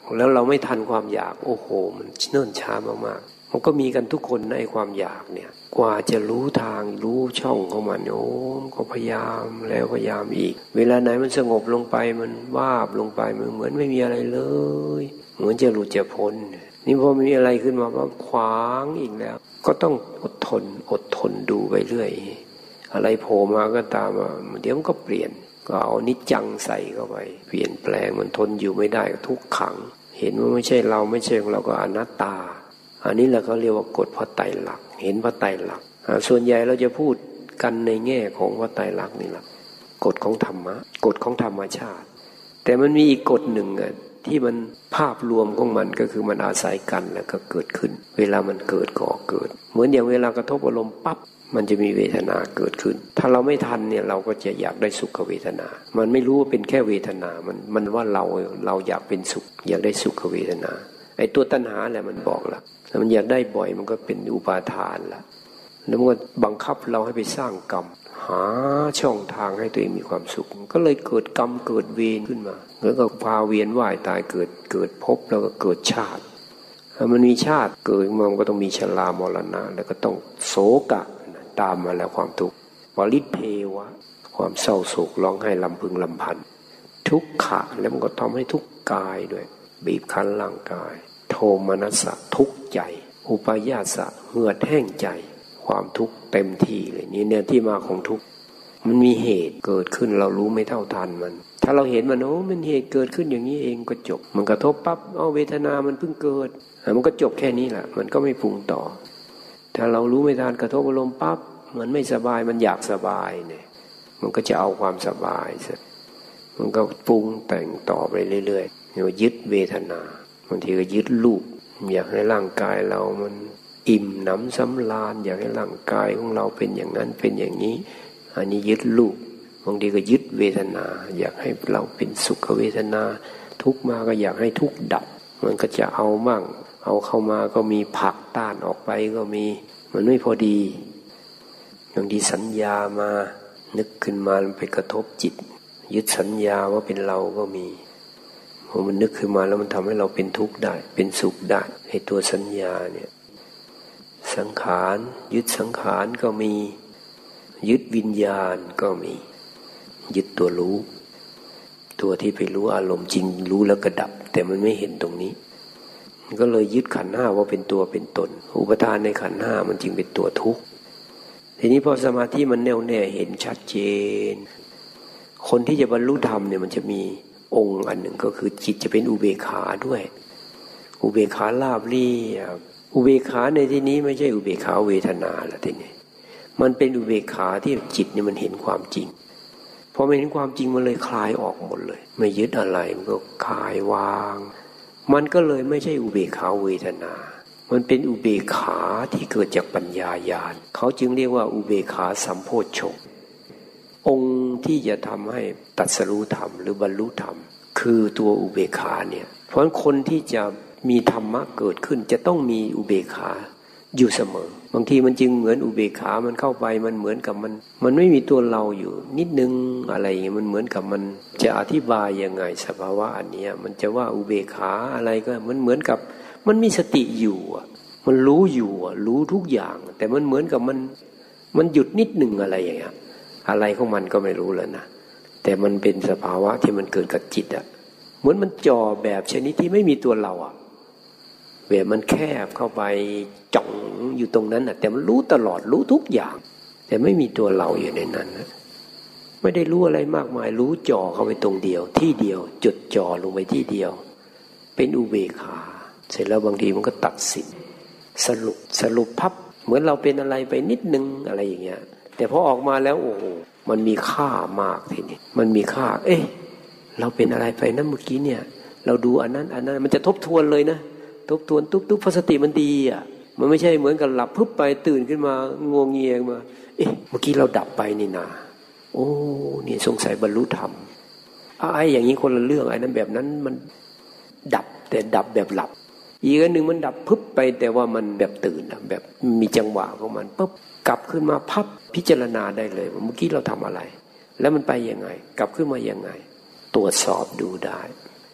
แล้วเราไม่ทันความอยากโอ้โหมันเนิ่นช้ามากๆมันก็มีกันทุกคนในความอยากเนี่ยกว่าจะรู้ทางรู้ช่องของมันโอ้ก็พยายามแล้วพยายามอีกเวลาไหนมันสงบลงไปมันวาบลงไปมันเหมือนไม่มีอะไรเลยเหมือนจะหลุดจะพ้นนี่พอมีอะไรขึ้นมาว่าขวางอีกแล้วก็ต้องอดทนดูไปเรื่อยอะไรโผล่มาก็ตามเดี๋ยวมันก็เปลี่ยนก็เอานิจจังใส่เข้าไปเปลี่ยนแปลงมันทนอยู่ไม่ได้ทุกขังเห็นว่าไม่ใช่เราไม่ใช่ของเราก็อนัตตาอันนี้แหละเขาเรียกว่ากฎพระไตรลักษณ์เห็นพระไตรลักษณ์ส่วนใหญ่เราจะพูดกันในแง่ของพระไตรลักษณ์นี่แหละกฎของธรรมะกฎของธรรมชาติแต่มันมีอีกกฎหนึ่งที่มันภาพรวมของมันก็คือมันอาศัยกันแล้วก็เกิดขึ้นเวลามันเกิดก็เกิดเหมือนอย่างเวลากระทบอารมณ์ปั๊บมันจะมีเวทนาเกิดขึ้นถ้าเราไม่ทันเนี่ยเราก็จะอยากได้สุขเวทนามันไม่รู้ว่าเป็นแค่เวทนามันว่าเราอยากเป็นสุขอยากได้สุขเวทนาไอ้ตัวตัณหาแหละมันบอกละถ้ามันอยากได้บ่อยมันก็เป็นอุปาทานละแล้วมันก็บังคับเราให้ไปสร้างกรรมหาช่องทางให้ตัวเองมีความสุขก็เลยเกิดกรรมเกิดเวรขึ้นมาแล้วก็พาเวียนว่ายตายเกิดภพแล้วก็เกิดชาติถ้ามันมีชาติเกิดมันก็ต้องมีชรามรณะแล้วก็ต้องโศกะตามมาแล้วความทุกข์ปริเทวะความเศร้าโศกร้องไห้ลำพึงลำพันทุกขะแล้วมันก็ทำให้ทุกข์กายด้วยบีบคั้นร่างกายโทมนัสสะทุกข์ใจอุปายาสะเหือดแห้งใจความทุกข์เต็มที่เลยนี่เนี่ยที่มาของทุกข์มันมีเหตุเกิดขึ้นเรารู้ไม่เท่าทันมันถ้าเราเห็นมันโอ้มันเหตุเกิดขึ้นอย่างนี้เองก็จบมันกระทบปั๊บเวทนามันเพิ่งเกิดมันก็จบแค่นี้แหละมันก็ไม่ปรุงต่อถ้าเรารู้ไม่ทันกระทบอารมณ์ปั๊บมันไม่สบายมันอยากสบายเนี่ยมันก็จะเอาความสบายซะมันก็ปรุงแต่งต่อไปเรื่อยๆเนี่ยยึดเวทนาบางทีก็ยึดรูปอยากให้ร่างกายเรามันอิ่มหนำสำราญอยากให้ร่างกายของเราเป็นอย่างนั้นเป็นอย่างนี้อันนี้ยึดรูปบางทีก็ยึดเวทนาอยากให้เราเป็นสุขเวทนาทุกข์มาก็อยากให้ทุกข์ดับมันก็จะเอามั่งเอาเข้ามาก็มีผลักต้านออกไปก็มีมันไม่พอดีบางทีสัญญามานึกขึ้นมามันไปกระทบจิตยึดสัญญาว่าเป็นเราก็มีพอมันนึกขึ้นมาแล้วมันทำให้เราเป็นทุกข์ได้เป็นสุขได้ให้ตัวสัญญาเนี่ยสังขารยึดสังขารก็มียึดวิญญาณก็มียึดตัวรู้ตัวที่ไปรู้อารมณ์จริงรู้แล้วก็ดับแต่มันไม่เห็นตรงนี้มันก็เลยยึดขันธ์ห้าว่าเป็นตัวเป็นตนอุปทานในขันธ์ห้ามันจึงเป็นตัวทุกข์ทีนี้พอสมาธิมันแน่วแน่เห็นชัดเจนคนที่จะบรรลุธรรมเนี่ยมันจะมีองค์อันหนึ่งก็คือจิตจะเป็นอุเบกขาด้วยอุเบกขาราบเรียบอุเบกขาในที่นี้ไม่ใช่อุเบกขาเวทนาละทีนี้มันเป็นอุเบกขาที่จิตเนี่ยมันเห็นความจริงพอมันเห็นความจริงมันเลยคลายออกหมดเลยไม่ยึดอะไรมันก็คลายวางมันก็เลยไม่ใช่อุเบกขาเวทนามันเป็นอุเบกขาที่เกิดจากปัญญาญาณเขาจึงเรียกว่าอุเบกขาสัมโพชฌงค์องค์ที่จะทำให้ตรัสรู้ธรรมหรือบรรลุธรรมคือตัวอุเบกขาเนี่ยเพราะคนที่จะมีธรรมะเกิดขึ้นจะต้องมีอุเบกขาอยู่เสมอบางทีมันจึงเหมือนอุเบกขามันเข้าไปมันเหมือนกับมันไม่มีตัวเราอยู่นิดนึงอะไรอย่างเงี้ยมันเหมือนกับมันจะอธิบายยังไงสภาวะอันเนี้ยมันจะว่าอุเบกขาอะไรก็มันเหมือนกับมันมีสติอยู่มันรู้อยู่รู้ทุกอย่างแต่มันเหมือนกับมันหยุดนิดนึงอะไรอย่างเงี้ยอะไรของมันก็ไม่รู้แล้วนะแต่มันเป็นสภาวะที่มันเกิดกับจิตเหมือนมันจ่อแบบชนิดที่ไม่มีตัวเราแบบมันแคบเข้าไปจ่องอยู่ตรงนั้นแต่มันรู้ตลอดรู้ทุกอย่างแต่ไม่มีตัวเราอยู่ในนั้นนะไม่ได้รู้อะไรมากมายรู้จ่อเข้าไปตรงเดียวที่เดียวจดจ่อลงไปที่เดียวเป็นอุเบกขาเสร็จแล้วบางทีมันก็ตัดสินสรุปพับเหมือนเราเป็นอะไรไปนิดนึงอะไรอย่างเงี้ยแต่พอออกมาแล้วโอ้โหมันมีค่ามากทีนี้มันมีค่าเราเป็นอะไรไปนะเมื่อกี้เนี่ยเราดูอันนั้นมันจะทบทวนเลยนะทบทวนตุ๊บๆเพราะสติมันดีมันไม่ใช่เหมือนกับหลับพึบไปตื่นขึ้นมางวงเงียมาเมื่อกี้เราดับไปนี่นาโอ้นี่สงสัยบรรลุธรรมไอ้อย่างนี้คนละเรื่องไอ้นั้นแบบนั้นมันดับแต่ดับแบบหลับอีกอันหนึ่งมันดับพึบไปแต่ว่ามันแบบตื่นแบบมีจังหวะของมันปุ๊บกลับขึ้นมาพับพิจารณาได้เลยว่าเมื่อกี้เราทำอะไรแล้วมันไปยังไงกลับขึ้นมายังไงตรวจสอบดูได้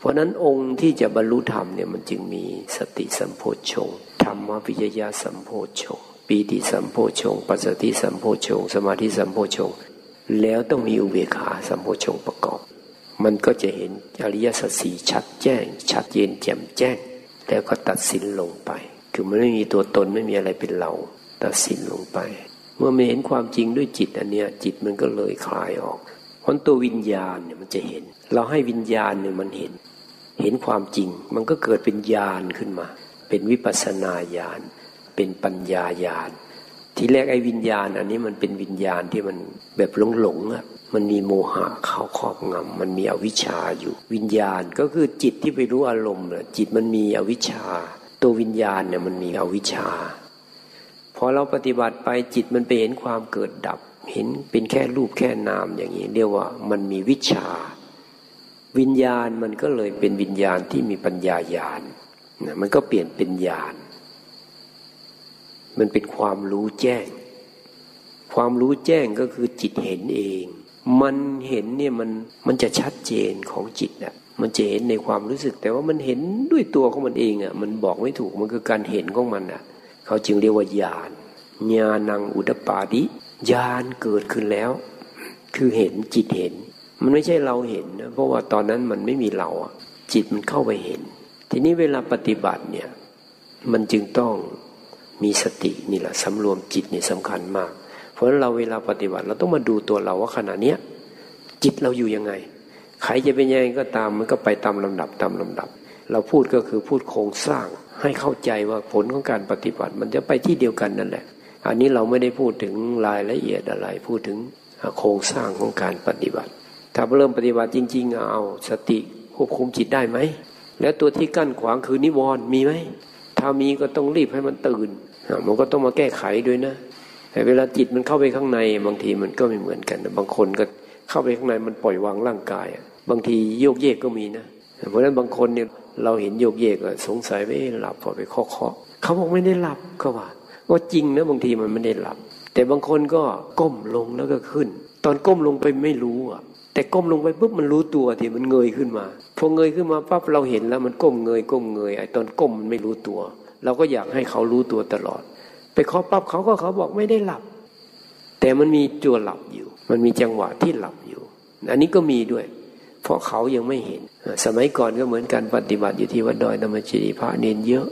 เพราะนั้นองค์ที่จะบรรลุธรรมเนี่ยมันจึงมีสติสัมโพชฌงค์ธรรมวิจยะสัมโพชฌงค์ปีติสัมโพชฌงค์ปัสสติสัมโพชฌงค์สมาธิสัมโพชฌงค์แล้วต้องมีอุเบกขาสัมโพชฌงค์ประกอบมันก็จะเห็นอริยสัจสี่ชัดแจ้งชัดเจนแจ่มแจ้งแล้วก็ตัดสินลงไปคือมันไม่มีตัวตนไม่มีอะไรเป็นเราตัดสินลงไปเมื่อไม่เห็นความจริงด้วยจิตอันเนี้ยจิตมันก็เลยคลายออกเพราะตัววิญญาณเนี่ยมันจะเห็นเราให้วิญญาณเนี่ยมันเห็นความจริงมันก็เกิดเป็นญาณขึ้นมาเป็นวิปัสสนาญาณเป็นปัญญาญาณทีแรกไอ้วิญญาณอันนี้มันเป็นวิญญาณที่มันแบบหลงอ่ะมันมีโมหะเข้าครอบงำมันมีอวิชชาอยู่วิญญาณก็คือจิตที่ไปรู้อารมณ์น่ะจิตมันมีอวิชชาตัววิญญาณเนี่ยมันมีอวิชชาพอเราปฏิบัติไปจิตมันไปเห็นความเกิดดับเห็นเป็นแค่รูปแค่นามอย่างนี้เรียกว่ามันมีวิชชาวิญญาณมันก็เลยเป็นวิญญาณที่มีปัญญาญาณนะมันก็เปลี่ยนเป็นญาณมันเป็นความรู้แจ้งความรู้แจ้งก็คือจิตเห็นเองมันเห็นเนี่ยมันจะชัดเจนของจิตอ่ะมันจะเห็นในความรู้สึกแต่ว่ามันเห็นด้วยตัวของมันเองอ่ะมันบอกไม่ถูกมันคือการเห็นของมันอ่ะเขาจึงเรียกว่าญาณญาณังอุดปาดิญาณเกิดขึ้นแล้วคือเห็นจิตเห็นมันไม่ใช่เราเห็นนะเพราะว่าตอนนั้นมันไม่มีเราอ่ะจิตมันเข้าไปเห็นทีนี้เวลาปฏิบัติเนี่ยมันจึงต้องมีสตินี่แหละสำรวมจิตนี่สำคัญมากเพราะฉะนั้นเราเวลาปฏิบัติเราต้องมาดูตัวเราว่าขณะเนี้ยจิตเราอยู่ยังไงใครจะเป็นยังไงก็ตามมันก็ไปตามลำดับตามลำดับเราพูดก็คือพูดโครงสร้างให้เข้าใจว่าผลของการปฏิบัติมันจะไปที่เดียวกันนั่นแหละอันนี้เราไม่ได้พูดถึงรายละเอียดอะไรพูดถึงโครงสร้างของการปฏิบัติถ้าเริ่มปฏิบัติจริงๆเอาสติควบคุมจิตได้ไหมแล้วตัวที่กั้นขวางคือนิวรณ์มีไหมถ้ามีก็ต้องรีบให้มันตื่นมันก็ต้องมาแก้ไขด้วยนะแต่เวลาจิตมันเข้าไปข้างในบางทีมันก็ไม่เหมือนกันบางคนก็เข้าไปข้างในมันปล่อยวางร่างกายบางทีโยกเยกก็มีนะเพราะฉะนั้นบางคนเนี่ยเราเห็นโยกเยกสงสัยว่าหลับพอไปเคาะเขาบอกไม่ได้หลับเขาว่าจริงนะบางทีมันไม่ได้หลับแต่บางคนก็ก้มลงแล้วก็ขึ้นตอนก้มลงไปไม่รู้แต่ก้มลงไปปุ๊บมันรู้ตัวที่มันเงยขึ้นมาพอเงยขึ้นมาปั๊บเราเห็นแล้วมันก้มเงยไอ้ตอนก้มมันไม่รู้ตัวเราก็อยากให้เขารู้ตัวตลอดไปเคาะปั๊บเขาบอกไม่ได้หลับแต่มันมีตัวหลับอยู่มันมีจังหวะที่หลับอยู่อันนี้ก็มีด้วยเพราะเขายังไม่เห็นสมัยก่อนก็เหมือนกันปฏิบัติอยู่ที่วัดดอยธรรมจีพระเนนเยอะ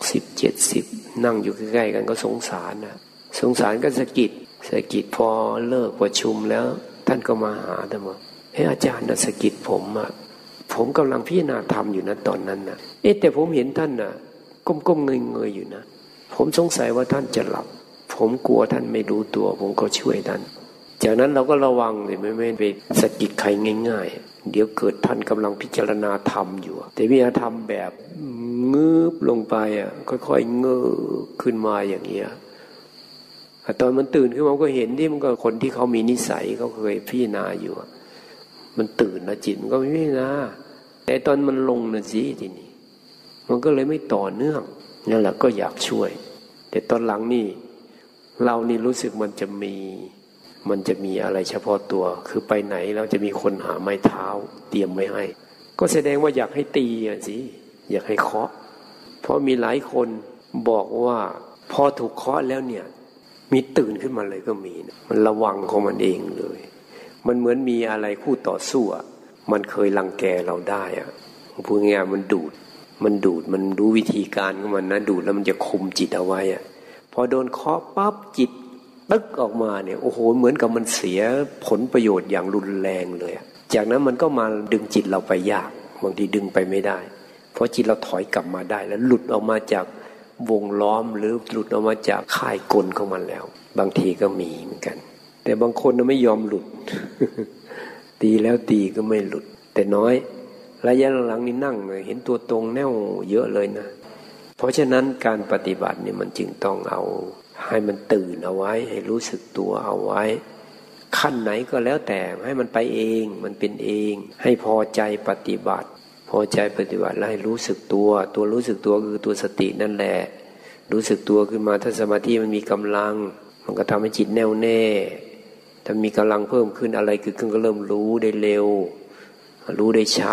60-70นั่งอยู่ใกล้ๆกันก็สงสารนะสงสารก็สะกิดพอเลิกประชุมแล้วท่านก็มาหาท่านบอกอาจารย์สะกิดผมกำลังพิจารณาธรรมอยู่นะตอนนั้นนะแต่ผมเห็นท่านนะก้มเงยอยู่นะผมสงสัยว่าท่านจะหลับผมกลัวท่านไม่รู้ตัวผมก็ช่วยท่านจากนั้นเราก็ระวังเลยไม่ไปสะกิดใครง่ายๆเดี๋ยวเกิดท่านกำลังพิจารณาธรรมอยู่แต่พิจารณาธรรมแบบงืบลงไปค่อยๆเงยขึ้นมาอย่างเงี้ยตอนมันตื่นขึ้นมาก็เห็นที่มันก็คนที่เขามีนิสัยเขาเคยพิจารณาอยู่มันตื่นนะจิตมันก็ไม่พิจารณาแต่ตอนมันลงนะสิทีนี้มันก็เลยไม่ต่อเนื่องนั่นแหละก็อยากช่วยแต่ตอนหลังนี่เรานี่รู้สึกมันจะมีอะไรเฉพาะตัวคือไปไหนเราจะมีคนหาไม้เท้าเตรียมไว้ให้ก็แสดงว่าอยากให้ตีสิอยากให้เคาะเพราะมีหลายคนบอกว่าพอถูกเคาะแล้วเนี่ยมีตื่นขึ้นมาเลยก็มีนะมันระวังของมันเองเลยมันเหมือนมีอะไรคู่ต่อสู้มันเคยรังแกเราได้พูดง่ายๆมันดูดมันรู้วิธีการของมันนะดูดแล้วมันจะคุมจิตเอาไว้พอโดนเคาะปั๊บจิตตึ๊กออกมาเนี่ยโอ้โหเหมือนกับมันเสียผลประโยชน์อย่างรุนแรงเลยจากนั้นมันก็มาดึงจิตเราไปยากบางทีดึงไปไม่ได้เพราะจิตเราถอยกลับมาได้แล้วหลุดออกมาจากวงล้อมหรือหลุดออกมาจากข่ายกลของมันแล้วบางทีก็มีเหมือนกันแต่บางคนไม่ยอมหลุด ตีแล้วตีก็ไม่หลุดแต่น้อยระยะหลังๆนี่นั่งเห็นตัวตรงแน่วเยอะเลยนะเพราะฉะนั้นการปฏิบัติเนี่ยมันจึงต้องเอาให้มันตื่นเอาไว้ให้รู้สึกตัวเอาไว้ขั้นไหนก็แล้วแต่ให้มันไปเองมันเป็นเองให้พอใจปฏิบัติพอใจปฏิบัติแล้วให้รู้สึกตัวรู้สึกตัวคือตัวสตินั่นแหละรู้สึกตัวขึ้นมาถ้าสมาธิมันมีกำลังมันก็ทำให้จิตแน่วแน่ถ้ามีกำลังเพิ่มขึ้นอะไรคือก็เริ่มรู้ได้เร็วรู้ได้ชัด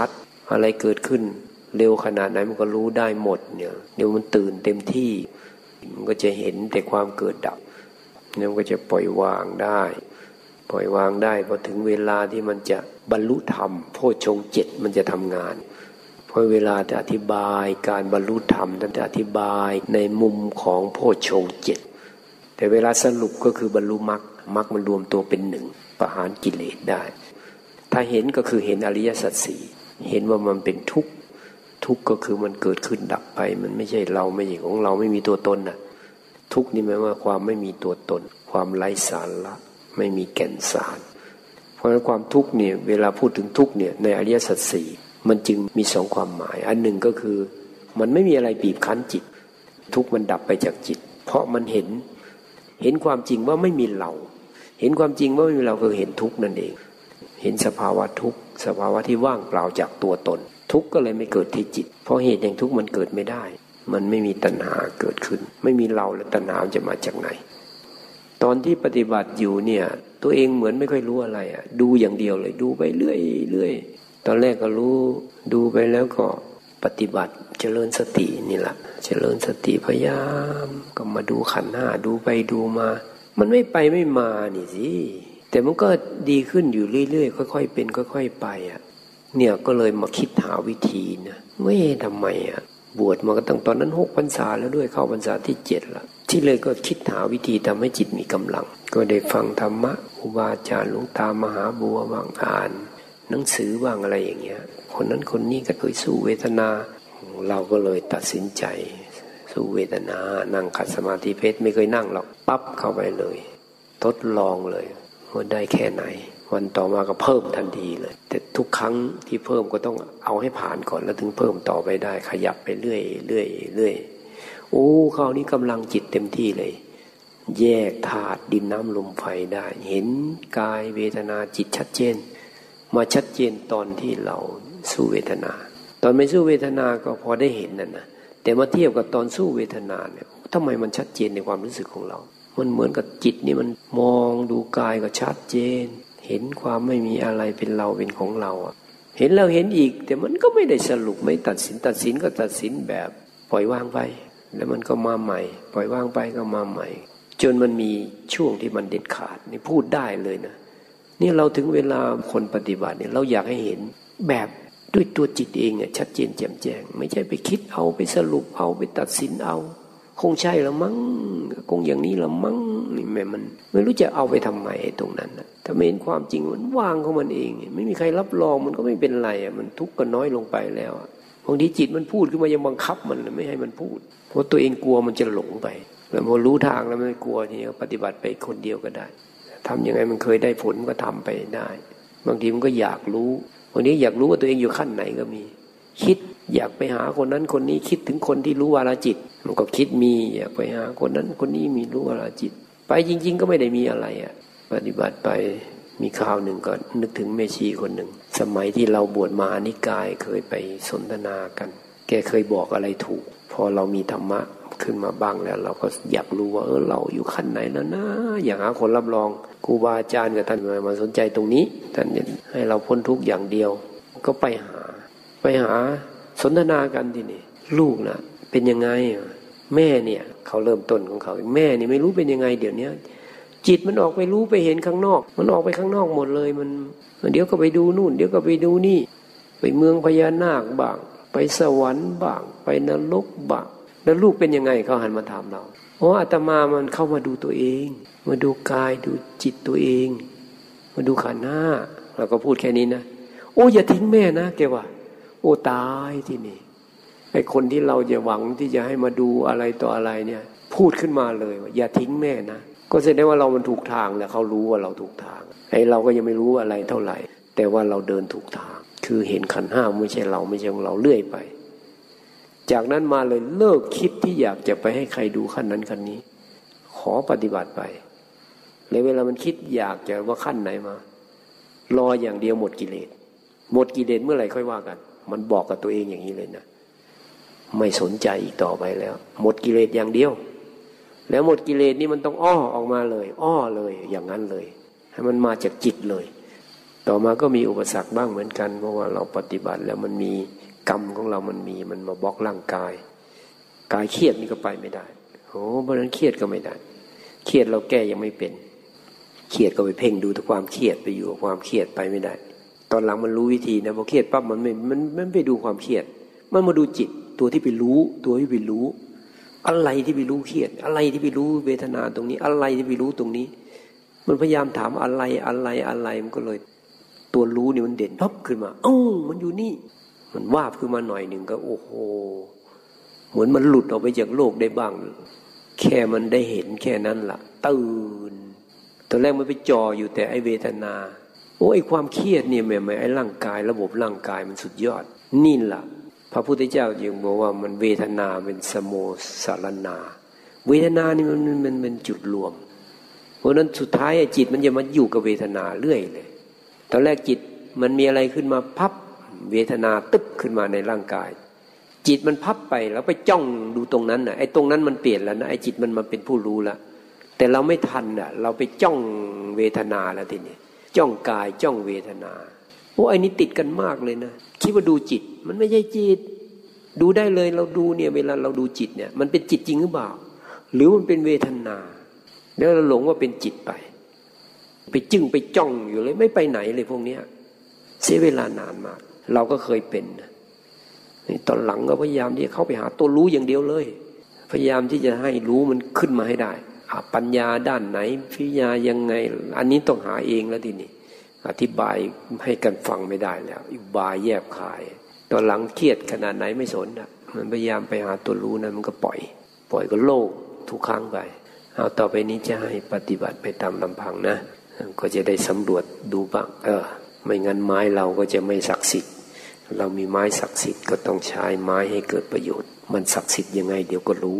อะไรเกิดขึ้นเร็วขนาดไหนมันก็รู้ได้หมดเนี่ยเดี๋ยวมันตื่นเต็มที่มันก็จะเห็นแต่ความเกิดดับเนี่ยมันก็จะปล่อยวางได้พอถึงเวลาที่มันจะบรรลุธรรมโพชฌงค์7มันจะทำงานเพราะเวลาจะอธิบายการบรรลุธรรมท่านจะอธิบายในมุมของโพชฌงค์7แต่เวลาสรุปก็คือบรรลุมรรคมันรวมตัวเป็นหนึ่งประหารกิเลสได้ถ้าเห็นก็คือเห็นอริยสัจสี่เห็นว่ามันเป็นทุกข์ก็คือมันเกิดขึ้นดับไปมันไม่ใช่เราไม่ใช่ของเราไม่มีตัวตนน่ะทุกข์นี่หมายว่าความไม่มีตัวตนความไร้สาระไม่มีแก่นสารเพราะฉะนั้นความทุกข์เนี่ยเวลาพูดถึงทุกข์เนี่ยในอริยสัจสี่มันจึงมีสองความหมายอันหนึ่งก็คือมันไม่มีอะไรบีบคั้นจิตทุกข์มันดับไปจากจิตเพราะมันเห็นความจริงว่าไม่มีเราเห็นความจริงว่าไม่มีเราคือเห็นทุกข์นั่นเองเห็นสภาวะทุกข์สภาวะที่ว่างเปล่าจากตัวตนทุกข์ก็เลยไม่เกิดที่จิตเพราะเหตุแห่งทุกข์มันเกิดไม่ได้มันไม่มีตัณหาเกิดขึ้นไม่มีเราแล้วตัณหาจะมาจากไหนตอนที่ปฏิบัติอยู่เนี่ยตัวเองเหมือนไม่ค่อยรู้อะไรอ่ะดูอย่างเดียวเลยดูไปเรื่อยตอนแรกก็รู้ดูไปแล้วก็ปฏิบัติเจริญสตินี่แหละเจริญสติพยายามก็มาดูขันธ์ห้าดูไปดูมามันไม่ไปไม่มานี่สิแต่มันก็ดีขึ้นอยู่เรื่อยๆค่อยๆเป็นค่อยๆไปอ่ะเนี่ยก็เลยมาคิดหาวิธีนะทำไมอ่ะบวชมาก็ตั้งตอนนั้น6 พรรษาแล้วด้วยเข้าพรรษาที่7ละที่เลยก็คิดหาวิธีทำให้จิตมีกำลังก็ได้ฟังธรรมะครูบาอาจารย์หลวงตามหาบัวบ้างอ่านหนังสือบ้างอะไรอย่างเงี้ยคนนั้นคนนี้ก็เคยสู้เวทนาเราก็เลยตัดสินใจสู้เวทนานั่งขัดสมาธิเพชรไม่เคยนั่งหรอกปั๊บเข้าไปเลยทดลองเลยว่าได้แค่ไหนวันต่อมาก็เพิ่มทันทีเลยแต่ทุกครั้งที่เพิ่มก็ต้องเอาให้ผ่านก่อนแล้วถึงเพิ่มต่อไปได้ขยับไปเรื่อยโอ้คราวนี้กำลังจิตเต็มที่เลยแยกธาตุดินน้ำลมไฟได้เห็นกายเวทนาจิตชัดเจนมาชัดเจนตอนที่เราสู้เวทนาตอนไม่สู้เวทนาก็พอได้เห็นนะแต่มาเทียบกับตอนสู้เวทนาเนี่ยทำไมมันชัดเจนในความรู้สึกของเรามันเหมือนกับจิตนี่มันมองดูกายก็ชัดเจนเห็นความไม่มีอะไรเป็นเราเป็นของเราอ่ะเห็นแล้วเห็นอีกแต่มันก็ไม่ได้สรุปไม่ตัดสินก็ตัดสินแบบปล่อยวางไปแล้วมันก็มาใหม่ปล่อยวางไปก็มาใหม่จนมันมีช่วงที่มันเด็ดขาดนี่พูดได้เลยนะนี่เราถึงเวลาคนปฏิบัติเนี่ยเราอยากให้เห็นแบบด้วยตัวจิตเองเนี่ยชัดเจนแจ่มแจ้งไม่ใช่ไปคิดเอาไปสรุปเอาไปตัดสินเอาคงใช่ละมั้งคงอย่างนี้ละมั้งนี่แม่มันไม่รู้จะเอาไปทำไมตรงนั้นนะถ้าไม่เห็นความจริงมันว่างของมันเองไม่มีใครรับรองมันก็ไม่เป็นไรอ่ะมันทุกข์ก็น้อยลงไปแล้วบางทีจิตมันพูดขึ้นมายังบังคับมันไม่ให้มันพูดเพราะตัวเองกลัวมันจะหลงไปแล้วพอรู้ทางแล้วไม่กลัวทีนี้ปฏิบัติไปคนเดียวก็ได้ทำยังไงมันเคยได้ผลก็ทำไปได้บางทีมันก็อยากรู้วันนี้อยากรู้ว่าตัวเองอยู่ขั้นไหนก็มีคิดอยากไปหาคนนั้นคนนี้คิดถึงคนที่รู้วาระจิตมันก็คิดมีอยากไปหาคนนั้นคนนี้มีรู้วาระจิตไปจริงๆก็ไม่ได้มีอะไรอ่ะปฏิบัติไปมีคราวหนึ่งก็นึกถึงแม่ชีคนหนึ่งสมัยที่เราบวชมหานิกายเคยไปสนทนากันแกเคยบอกอะไรถูกพอเรามีธรรมะขึ้นมาบ้างแล้วเราก็อยากรู้ว่าเราอยู่ขั้นไหนแล้วนะอยากหาคนรับรองครูบาอาจารย์กับท่านมาสนใจตรงนี้ท่านให้เราพ้นทุกข์อย่างเดียวก็ไปหาสนทนากันทีนี้ลูกน่ะเป็นยังไงแม่เนี่ยเขาเริ่มต้นของเขาแม่นี่ไม่รู้เป็นยังไงเดี๋ยวนี้จิตมันออกไปรู้ไปเห็นข้างนอกมันออกไปข้างนอกหมดเลยมันเดี๋ยวก็ไปดูนู่นเดี๋ยวก็ไปดูนี่ไปเมืองพญานาคบ้างไปสวรรค์บ้างไปนรกบ้างแล้วลูกเป็นยังไงเขาหันมาถามเราอาตมามันเข้ามาดูตัวเองมาดูกายดูจิตตัวเองมาดูขันธ์ห้าเราก็พูดแค่นี้นะอย่าทิ้งแม่นะแกว่าตายที่นี่ไอ้คนที่เราจะหวังที่จะให้มาดูอะไรต่ออะไรเนี่ยพูดขึ้นมาเลยว่าอย่าทิ้งแม่นะก็แสดงว่าเรามันถูกทางแล้วเขารู้ว่าเราถูกทางไอ้เราก็ยังไม่รู้อะไรเท่าไหร่แต่ว่าเราเดินถูกทางคือเห็นขันธ์ห้าไม่ใช่เราไม่ใช่ของเราเรื่อยไปจากนั้นมาเลยเลิกคิดที่อยากจะไปให้ใครดูขั้นนั้นขั้นนี้ขอปฏิบัติไปแล้วเวลามันคิดอยากจะว่าขั้นไหนมารออย่างเดียวหมดกิเลสเมื่อไหร่ค่อยว่ากันมันบอกกับตัวเองอย่างนี้เลยนะไม่สนใจอีกต่อไปแล้วหมดกิเลสอย่างเดียวแล้วหมดกิเลสนี่มันต้องออกมาเลยเลยอย่างนั้นเลยให้มันมาจากจิตเลยต่อมาก็มีอุปสรรคบ้างเหมือนกันเพราะว่าเราปฏิบัติแล้วมันมีกรรมของเรามันมาบล็อกร่างกายกายเครียดนี่ก็ไปไม่ได้โอ้เพราะฉะนั้นเครียดก็ไม่ได้เครียดเราแก้ยังไม่เป็นเครียดก็ไปเพ่งดูแต่ความเครียดไปอยู่กับความเครียดไปไม่ได้ตอนหลังมันรู้วิธีนะพอเครียดปั๊บมันไม่ดูความเครียดมันมาดูจิตตัวที่ไปรู้อะไรที่ไปรู้เครียดอะไรที่ไปรู้เวทนาตรงนี้อะไรที่ไปรู้ตรงนี้มันพยายามถามอะไรมันก็เลยตัวรู้นี่มันเด่นพับขึ้นมามันอยู่นี่มันวาบขึ้นมาหน่อยหนึ่งก็โอ้โหเหมือนมันหลุดออกไปจากโลกได้บ้างแค่มันได้เห็นแค่นั้นล่ะตื่นตอนแรกมันไปจ่ออยู่แต่ไอเวทนาไอความเครียดเนี่ยแม่ไอร่างกายระบบร่างกายมันสุดยอดนี่ล่ะพระพุทธเจ้าจึงบอกว่ามันเวทนาเป็นสโมสารนาเวทนานี่มันเป็นจุดรวมเพราะนั้นสุดท้ายจิตมันจะมาอยู่กับเวทนาเรื่อยเลยตอนแรกจิตมันมีอะไรขึ้นมาพับเวทนาตึ๊บขึ้นมาในร่างกายจิตมันพับไปแล้วไปจ้องดูตรงนั้นน่ะไอ้ตรงนั้นมันเปลี่ยนแล้วนะไอ้จิตมันมาเป็นผู้รู้แล้วแต่เราไม่ทันน่ะเราไปจ้องเวทนาแล้วทีนี้จ้องกายจ้องเวทนาไอ้นี่ติดกันมากเลยนะคิดว่าดูจิตมันไม่ใช่จิตดูได้เลยเราดูเนี่ยเวลาเราดูจิตเนี่ยมันเป็นจิตจริงหรือเปล่าหรือมันเป็นเวทนาแล้วเราหลงว่าเป็นจิตไปจึ้งไปจ้องอยู่เลยไม่ไปไหนเลยพวกเนี้ยเสียเวลานานมากเราก็เคยเป็นนะตอนหลังก็พยายามที่จะเข้าไปหาตัวรู้อย่างเดียวเลยพยายามที่จะให้รู้มันขึ้นมาให้ได้ปัญญาด้านไหนพิจารณายังไงอันนี้ต้องหาเองแล้วทีนี้อธิบายให้กันฟังไม่ได้แล้วอุบายแยบคายตอนหลังเครียดขนาดไหนไม่สนอ่ะมันพยายามไปหาตัวรู้นั้นมันก็ปล่อยก็โล่งทุกครั้งไปเอาต่อไปนี้จะให้ปฏิบัติไปตามลำพังนะก็จะได้สำรวจดูบ้างไม่งั้นไม้เราก็จะไม่ศักดิ์สิทธิ์เรามีไม้ศักดิ์สิทธิ์ก็ต้องใช้ไม้ให้เกิดประโยชน์มันศักดิ์สิทธิ์ยังไงเดี๋ยวก็รู้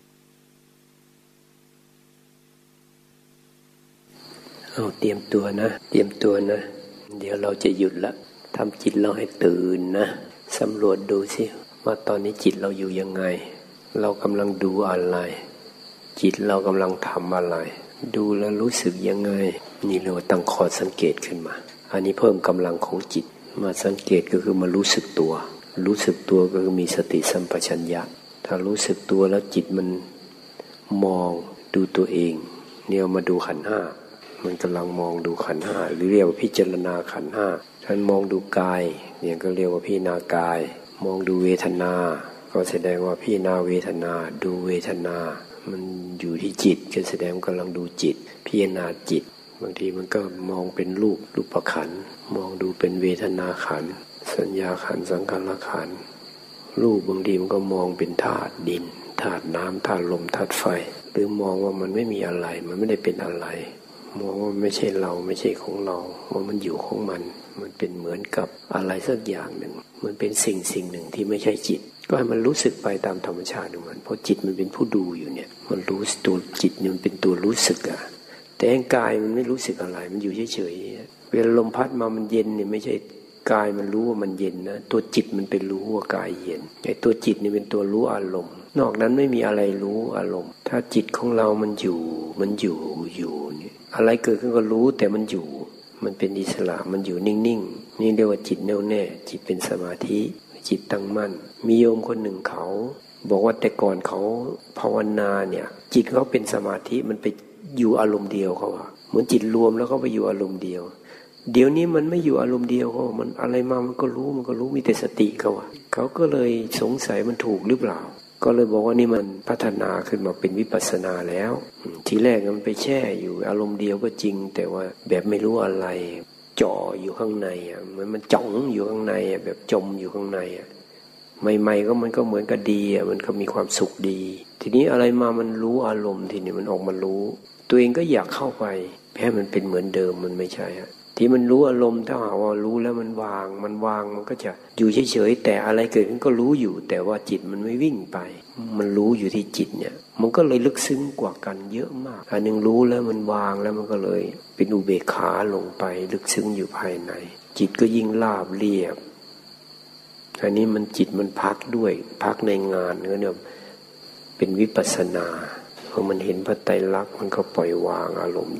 เอาเตรียมตัวนะเดี๋ยวเราจะหยุดละทำจิตเราให้ตื่นนะสำรวจดูสิว่าตอนนี้จิตเราอยู่ยังไงเรากำลังดูอะไรจิตเรากำลังทำอะไรดูแล้วรู้สึกยังไงนี่เรียกว่าตั้งข้อสังเกตขึ้นมาอันนี้เพิ่มกำลังของจิตมาสังเกตก็คือมารู้สึกตัวก็คือมีสติสัมปชัญญะถ้ารู้สึกตัวแล้วจิตมันมองดูตัวเองเนี่ยมาดูขันธ์ห้ามันกำลังมองดูขันธ์ห้าหรือเรียกว่าพิจารณาขันธ์ห้าท่านมองดูกายเนี่ยก็เรียกว่าพิจารณากายมองดูเวทนาก็แสดงว่าพิจารณาเวทนาดูเวทนามันอยู่ที่จิตก็แสดงกำลังดูจิตพิจารณาจิตบางทีมันก็มองเป็นรูปขันธ์มองดูเป็นเวทนาขันธ์สัญญาขันธ์สังขารขันธ์รูปบางทีมันก็มองเป็นธาตุดินธาตุน้ำธาตุลมธาตุไฟหรือมองว่ามันไม่มีอะไรมันไม่ได้เป็นอะไรมองว่าไม่ใช่เราไม่ใช่ของเราว่ามันอยู่ของมันเป็นเหมือนกับอะไรสักอย่างหนึ่งมันเป็นสิ่งหนึ่งที่ไม่ใช่จิตก็ให้มันรู้สึกไปตามธรรมชาติของมันเพราะจิตมันเป็นผู้ดูอยู่เนี่ยมันรู้ตัวจิตมันเป็นตัวรู้สึกอะแต่กายมันไม่รู้สึกอะไรมันอยู่เฉยๆเวลาลมพัดมามันเย็นเนี่ยไม่ใช่กายมันรู้ว่ามันเย็นนะตัวจิตมันเป็นรู้ว่ากายเย็นไอ้ตัวจิตนี่เป็นตัวรู้อารมณ์นอกนั้นไม่มีอะไรรู้อารมณ์ถ้าจิตของเรามันอยู่นี่อะไรเกิดขึ้นก็รู้แต่มันอยู่มันเป็นอิสระมันอยู่นิ่งๆนี่เรียกว่าจิตแน่วแน่จิตเป็นสมาธิจิตตั้งมั่นมีโยมคนหนึ่งเขาบอกว่าแต่ก่อนเขาภาวนาเนี่ยจิตเขาเป็นสมาธิมันไปอยู่อารมณ์เดียวเขาว่าเหมือนจิตรวมแล้วก็ไปอยู่อารมณ์เดียวเดี๋ยวนี้มันไม่อยู่อารมณ์เดียวเขามันอะไรมามันก็รู้มีแต่สติเขาว่าเขาก็เลยสงสัยมันถูกหรือเปล่าก็เลยบอกว่านี่มันพัฒนาขึ้นมาเป็นวิปัสสนาแล้วทีแรกมันไปแช่อยู่อารมณ์เดียวก็จริงแต่ว่าแบบไม่รู้อะไรจ่ออยู่ข้างในอ่ะมันจ้องอยู่ข้างในอ่ะแบบจมอยู่ข้างในอ่ะใหม่ๆก็มันก็เหมือนกับดีอ่ะมันก็มีความสุขดีทีนี้อะไรมามันรู้อารมณ์ทีนี้มันออกมารู้ตัวเองก็อยากเข้าไปแค่มันเป็นเหมือนเดิมมันไม่ใช่อ่ะที่มันรู้อารมณ์ถ้าหากว่ารู้แล้วมันวางมันก็จะอยู่เฉยๆแต่อะไรเกิดขึ้นก็รู้อยู่แต่ว่าจิตมันไม่วิ่งไปมันรู้อยู่ที่จิตเนี่ยมันก็เลยลึกซึ้งกว่ากันเยอะมากอันนึงรู้แล้วมันวางแล้วมันก็เลยเป็นอุเบกขาลงไปลึกซึ้งอยู่ภายในจิตก็ยิ่งราบเรียบอันนี้มันจิตมันพักด้วยพักในงานเนี่ยเป็นวิปัสสนาพอมันเห็นพระไตรลักษณ์มันก็ปล่อยวางอารมณ์ได้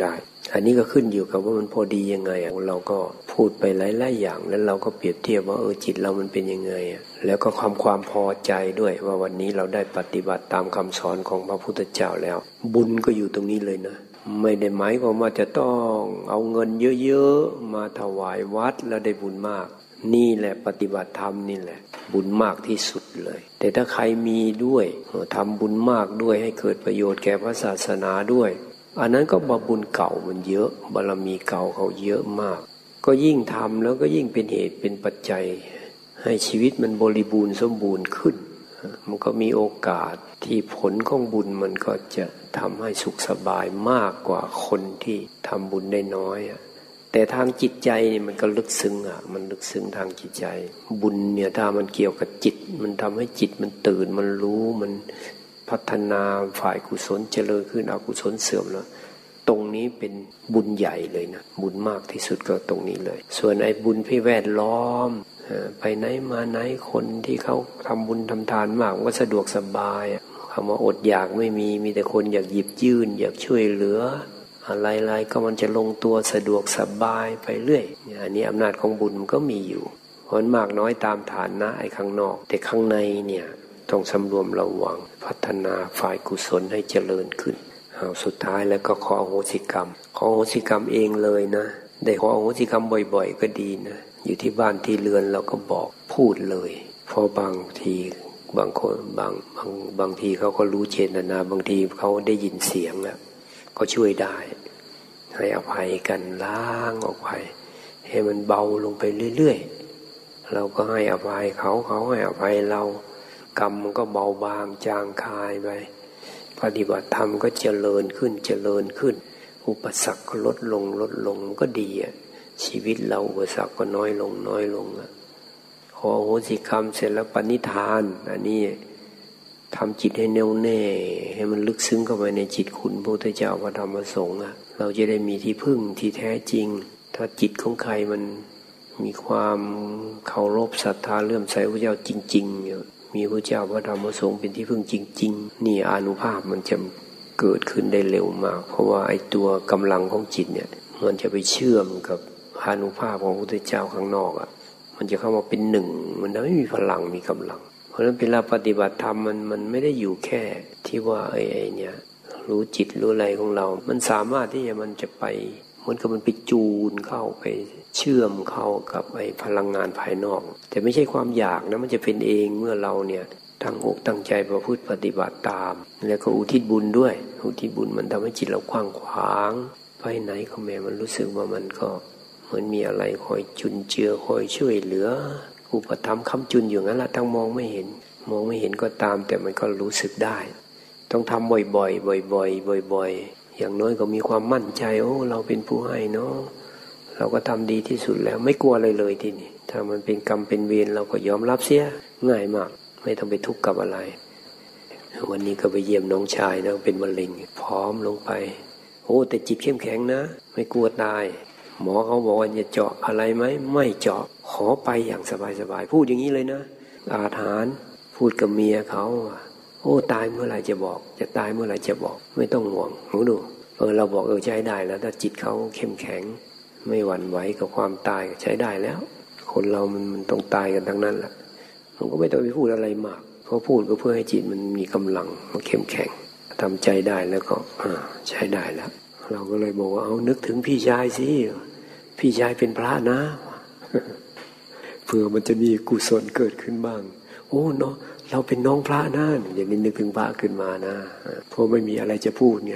อันนี้ก็ขึ้นอยู่กับว่ามันพอดียังไงเราก็พูดไปหลายๆอย่างแล้วเราก็เปรียบเทียบว่าจิตเรามันเป็นยังไงแล้วก็ความพอใจด้วยว่าวันนี้เราได้ปฏิบัติตามคำสอนของพระพุทธเจ้าแล้วบุญก็อยู่ตรงนี้เลยนะไม่ได้หมายความว่าจะต้องเอาเงินเยอะๆมาถวายวัดแล้วได้บุญมากนี่แหละปฏิบัติธรรมนี่แหละบุญมากที่สุดเลยแต่ถ้าใครมีด้วยทำบุญมากด้วยให้เกิดประโยชน์แก่พระศาสนาด้วยอันนั้นก็บุญเก่ามันเยอะบารมีเก่าเขาเยอะมากก็ยิ่งทำแล้วก็ยิ่งเป็นเหตุเป็นปัจจัยให้ชีวิตมันบริบูรณ์สมบูรณ์ขึ้นมันก็มีโอกาสที่ผลของบุญมันก็จะทำให้สุขสบายมากกว่าคนที่ทำบุญได้น้อยแต่ทางจิตใจนี่มันก็ลึกซึ้งมันลึกซึ้งทางจิตใจบุญเนี่ยถ้ามันเกี่ยวกับจิตมันทำให้จิตมันตื่นมันรู้มันพัฒนาฝ่ายกุศลเจริญขึ้นอกุศลเสื่อมแล้วตรงนี้เป็นบุญใหญ่เลยนะบุญมากที่สุดก็ตรงนี้เลยส่วนไอ้บุญที่แวดล้อมไปไหนมาไหนคนที่เขาทำบุญทำทานมากก็สะดวกสบายคำว่าอดอยากไม่มีแต่คนอยากหยิบยื่นอยากช่วยเหลืออะไรๆก็มันจะลงตัวสะดวกสบายไปเรื่อยอันนี้อำนาจของบุญมันก็มีอยู่ผลมากน้อยตามฐานะไอ้ข้างนอกแต่ข้างในเนี่ยต้องสำรวมระวังพัฒนาฝ่ายกุศลให้เจริญขึ้นสุดท้ายแล้วก็ขออโหสิกรรมเองเลยนะได้ขออโหสิกรรมบ่อยๆก็ดีนะอยู่ที่บ้านที่เรือนเราก็บอกพูดเลยเพราะบางทีบางคนบางทีเขาก็รู้เจตนาบางทีเขาได้ยินเสียงแล้วก็ช่วยได้ให้อภัยกันล้างออกไปให้มันเบาลงไปเรื่อยๆเราก็ให้อภัยเขาให้อภัยเรากรรมมันก็เบาบางจางคายไปปฏิบัติธรรมก็เจริญขึ้นอุปสรรคก็ลดลงมันก็ดีชีวิตเราอุปสรรคก็น้อยลงขอโหสิกรรมเสร็จแล้วปณิธานอันนี้ทำจิตให้แน่วแน่ให้มันลึกซึ้งเข้าไปในจิตคุณพระพุทธเจ้าพระธรรมพระสงฆ์เราจะได้มีที่พึ่งที่แท้จริงถ้าจิตของใครมันมีความเคารพศรัทธาเลื่อมใสพระเจ้าจริงๆมีพระเจ้าพระธรรมพระสงฆ์เป็นที่พึ่งจริงๆนี่อานุภาพมันจะเกิดขึ้นได้เร็วมากเพราะว่าไอ้ตัวกำลังของจิตเนี่ยมันจะไปเชื่อมกับอานุภาพของพระพุทธเจ้าข้างนอกมันจะเข้ามาเป็นหนึ่งมันไม่มีพลังมีกำลังเพราะฉะนั้นเวลาปฏิบัติธรรมมันไม่ได้อยู่แค่ที่ว่าไอ้เนี่ยรู้จิตรู้อะไรของเรามันสามารถที่มันจะไปเหมือนกับมันไปจูนเข้าไปเชื่อมเข้ากับไอ้พลังงานภายนอกแต่ไม่ใช่ความอยากนะมันจะเป็นเองเมื่อเราเนี่ยตั้งอกตั้งใจประพฤติปฏิบัติตามแล้วก็อุทิศบุญด้วยอุทิศบุญมันทำให้จิตเรากว้างขวางไปไหนก็แม้มันรู้สึกว่ามันก็เหมือนมีอะไรคอยจุนเจือคอยช่วยเหลืออุปถัมภ์ค้ำจุนอยู่งั้นละทั้งมองไม่เห็นก็ตามแต่มันก็รู้สึกได้ต้องทำบ่อยๆอย่างน้อยก็มีความมั่นใจเราเป็นผู้ให้เนาะเราก็ทำดีที่สุดแล้วไม่กลัวอะไรเลยทีนี้ถ้ามันเป็นกรรมเป็นเวรเราก็ยอมรับเสียง่ายมากไม่ต้องไปทุกข์กับอะไรวันนี้ก็ไปเยี่ยมน้องชายนะเป็นมะเร็งพร้อมลงไปแต่จิตเข้มแข็งนะไม่กลัวตายหมอเขาบอกว่าจะเจาะอะไรไหมไม่เจาะขอไปอย่างสบายๆพูดอย่างนี้เลยนะอาถรรพ์พูดกับเมียเขาตายเมื่อไหร่จะบอกจะตายเมื่อไหร่จะบอกไม่ต้องห่วงดูเราบอกใช้ได้แล้วถ้าจิตเขาเข้มแข็งไม่หวั่นไหวกับความตายใช้ได้แล้วคนเรามันต้องตายกันทั้งนั้นแหละมันก็ไม่ต้องไปพูดอะไรมากเพราะพูดก็เพื่อให้จิตมันมีกำลังมันเข้มแข็งทำใจได้แล้วก็ใช้ได้แล้วเราก็เลยบอกว่านึกถึงพี่ชายสิพี่ชายเป็นพระนะเผื่อมันจะมีกุศลเกิดขึ้นบ้างเนาะเราเป็นน้องพระนะอย่างนี้นึกถึงพระขึ้นมานะเพราะไม่มีอะไรจะพูดไง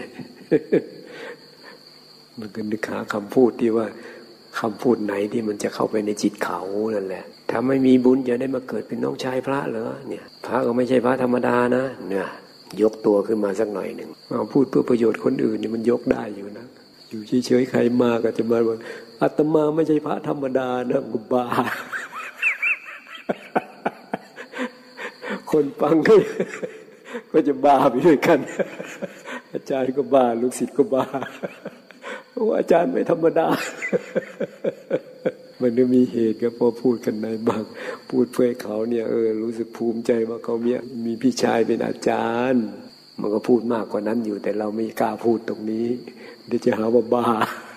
มันก็นึกหาคำพูดที่ว่าคำพูดไหนที่มันจะเข้าไปในจิตเขานั่นแหละถ้าไม่มีบุญจะได้มาเกิดเป็นน้องชายพระเหรอเนี่ยพระก็ไม่ใช่พระธรรมดานะเนี่ยยกตัวขึ้นมาสักหน่อยหนึ่งพูดเพื่อประโยชน์คนอื่นนี่มันยกได้อยู่นะอยู่เฉยๆใครมาก็จะมาว่าอาตมาไม่ใช่พระธรรมดานะกุบาคนฟังก็จะบ้าไปด้วยกันอาจารย์ก็บ้าลูกศิษย์ก็บ้าว่าอาจารย์ไม่ธรรมดามันมีเหตุก็พอพูดกันในบางพูดเพื่อเขาเนี่ยรู้สึกภูมิใจว่าเขามีพี่ชายเป็นอาจารย์มันก็พูดมากกว่านั้นอยู่แต่เราไม่กล้าพูดตรงนี้เดี๋ยวจะหาว่าบ้า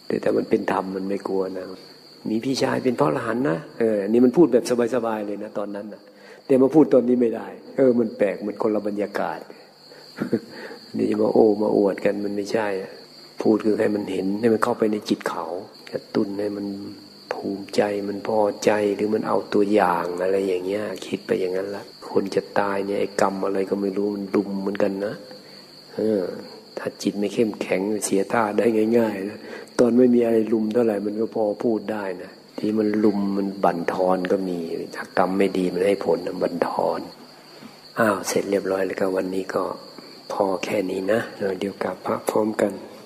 แต่ถ้ามันเป็นธรรมมันไม่กลัวนะมีพี่ชายเป็นพระอรหันต์นะนี่มันพูดแบบสบายๆเลยนะตอนนั้นนะแต่มาพูดตอนนี้ไม่ได้มันแปลกมันคนละบรรยากาศนี่มามาอวดกันมันไม่ใช่พูดคือให้มันเห็นให้มันเข้าไปในจิตเขากระตุ้นให้มันภูมิใจมันพอใจหรือมันเอาตัวอย่างอะไรอย่างเงี้ยคิดไปอย่างนั้นละคนจะตายเนี่ยไอ้กรรมอะไรก็ไม่รู้มันดุมเหมือนกันนะถ้าจิตไม่เข้มแข็งเสียท่าได้ง่ายๆนะตอนไม่มีอะไรลุมเท่าไหร่มันก็พอพูดได้นะที่มันลุมมันบั่นทอนก็มีถ้ากรรมไม่ดีมันให้ผลบั่นทอนเสร็จเรียบร้อยแล้วก็วันนี้ก็พอแค่นี้นะเดี๋ยวกลับพระพร้อมกัน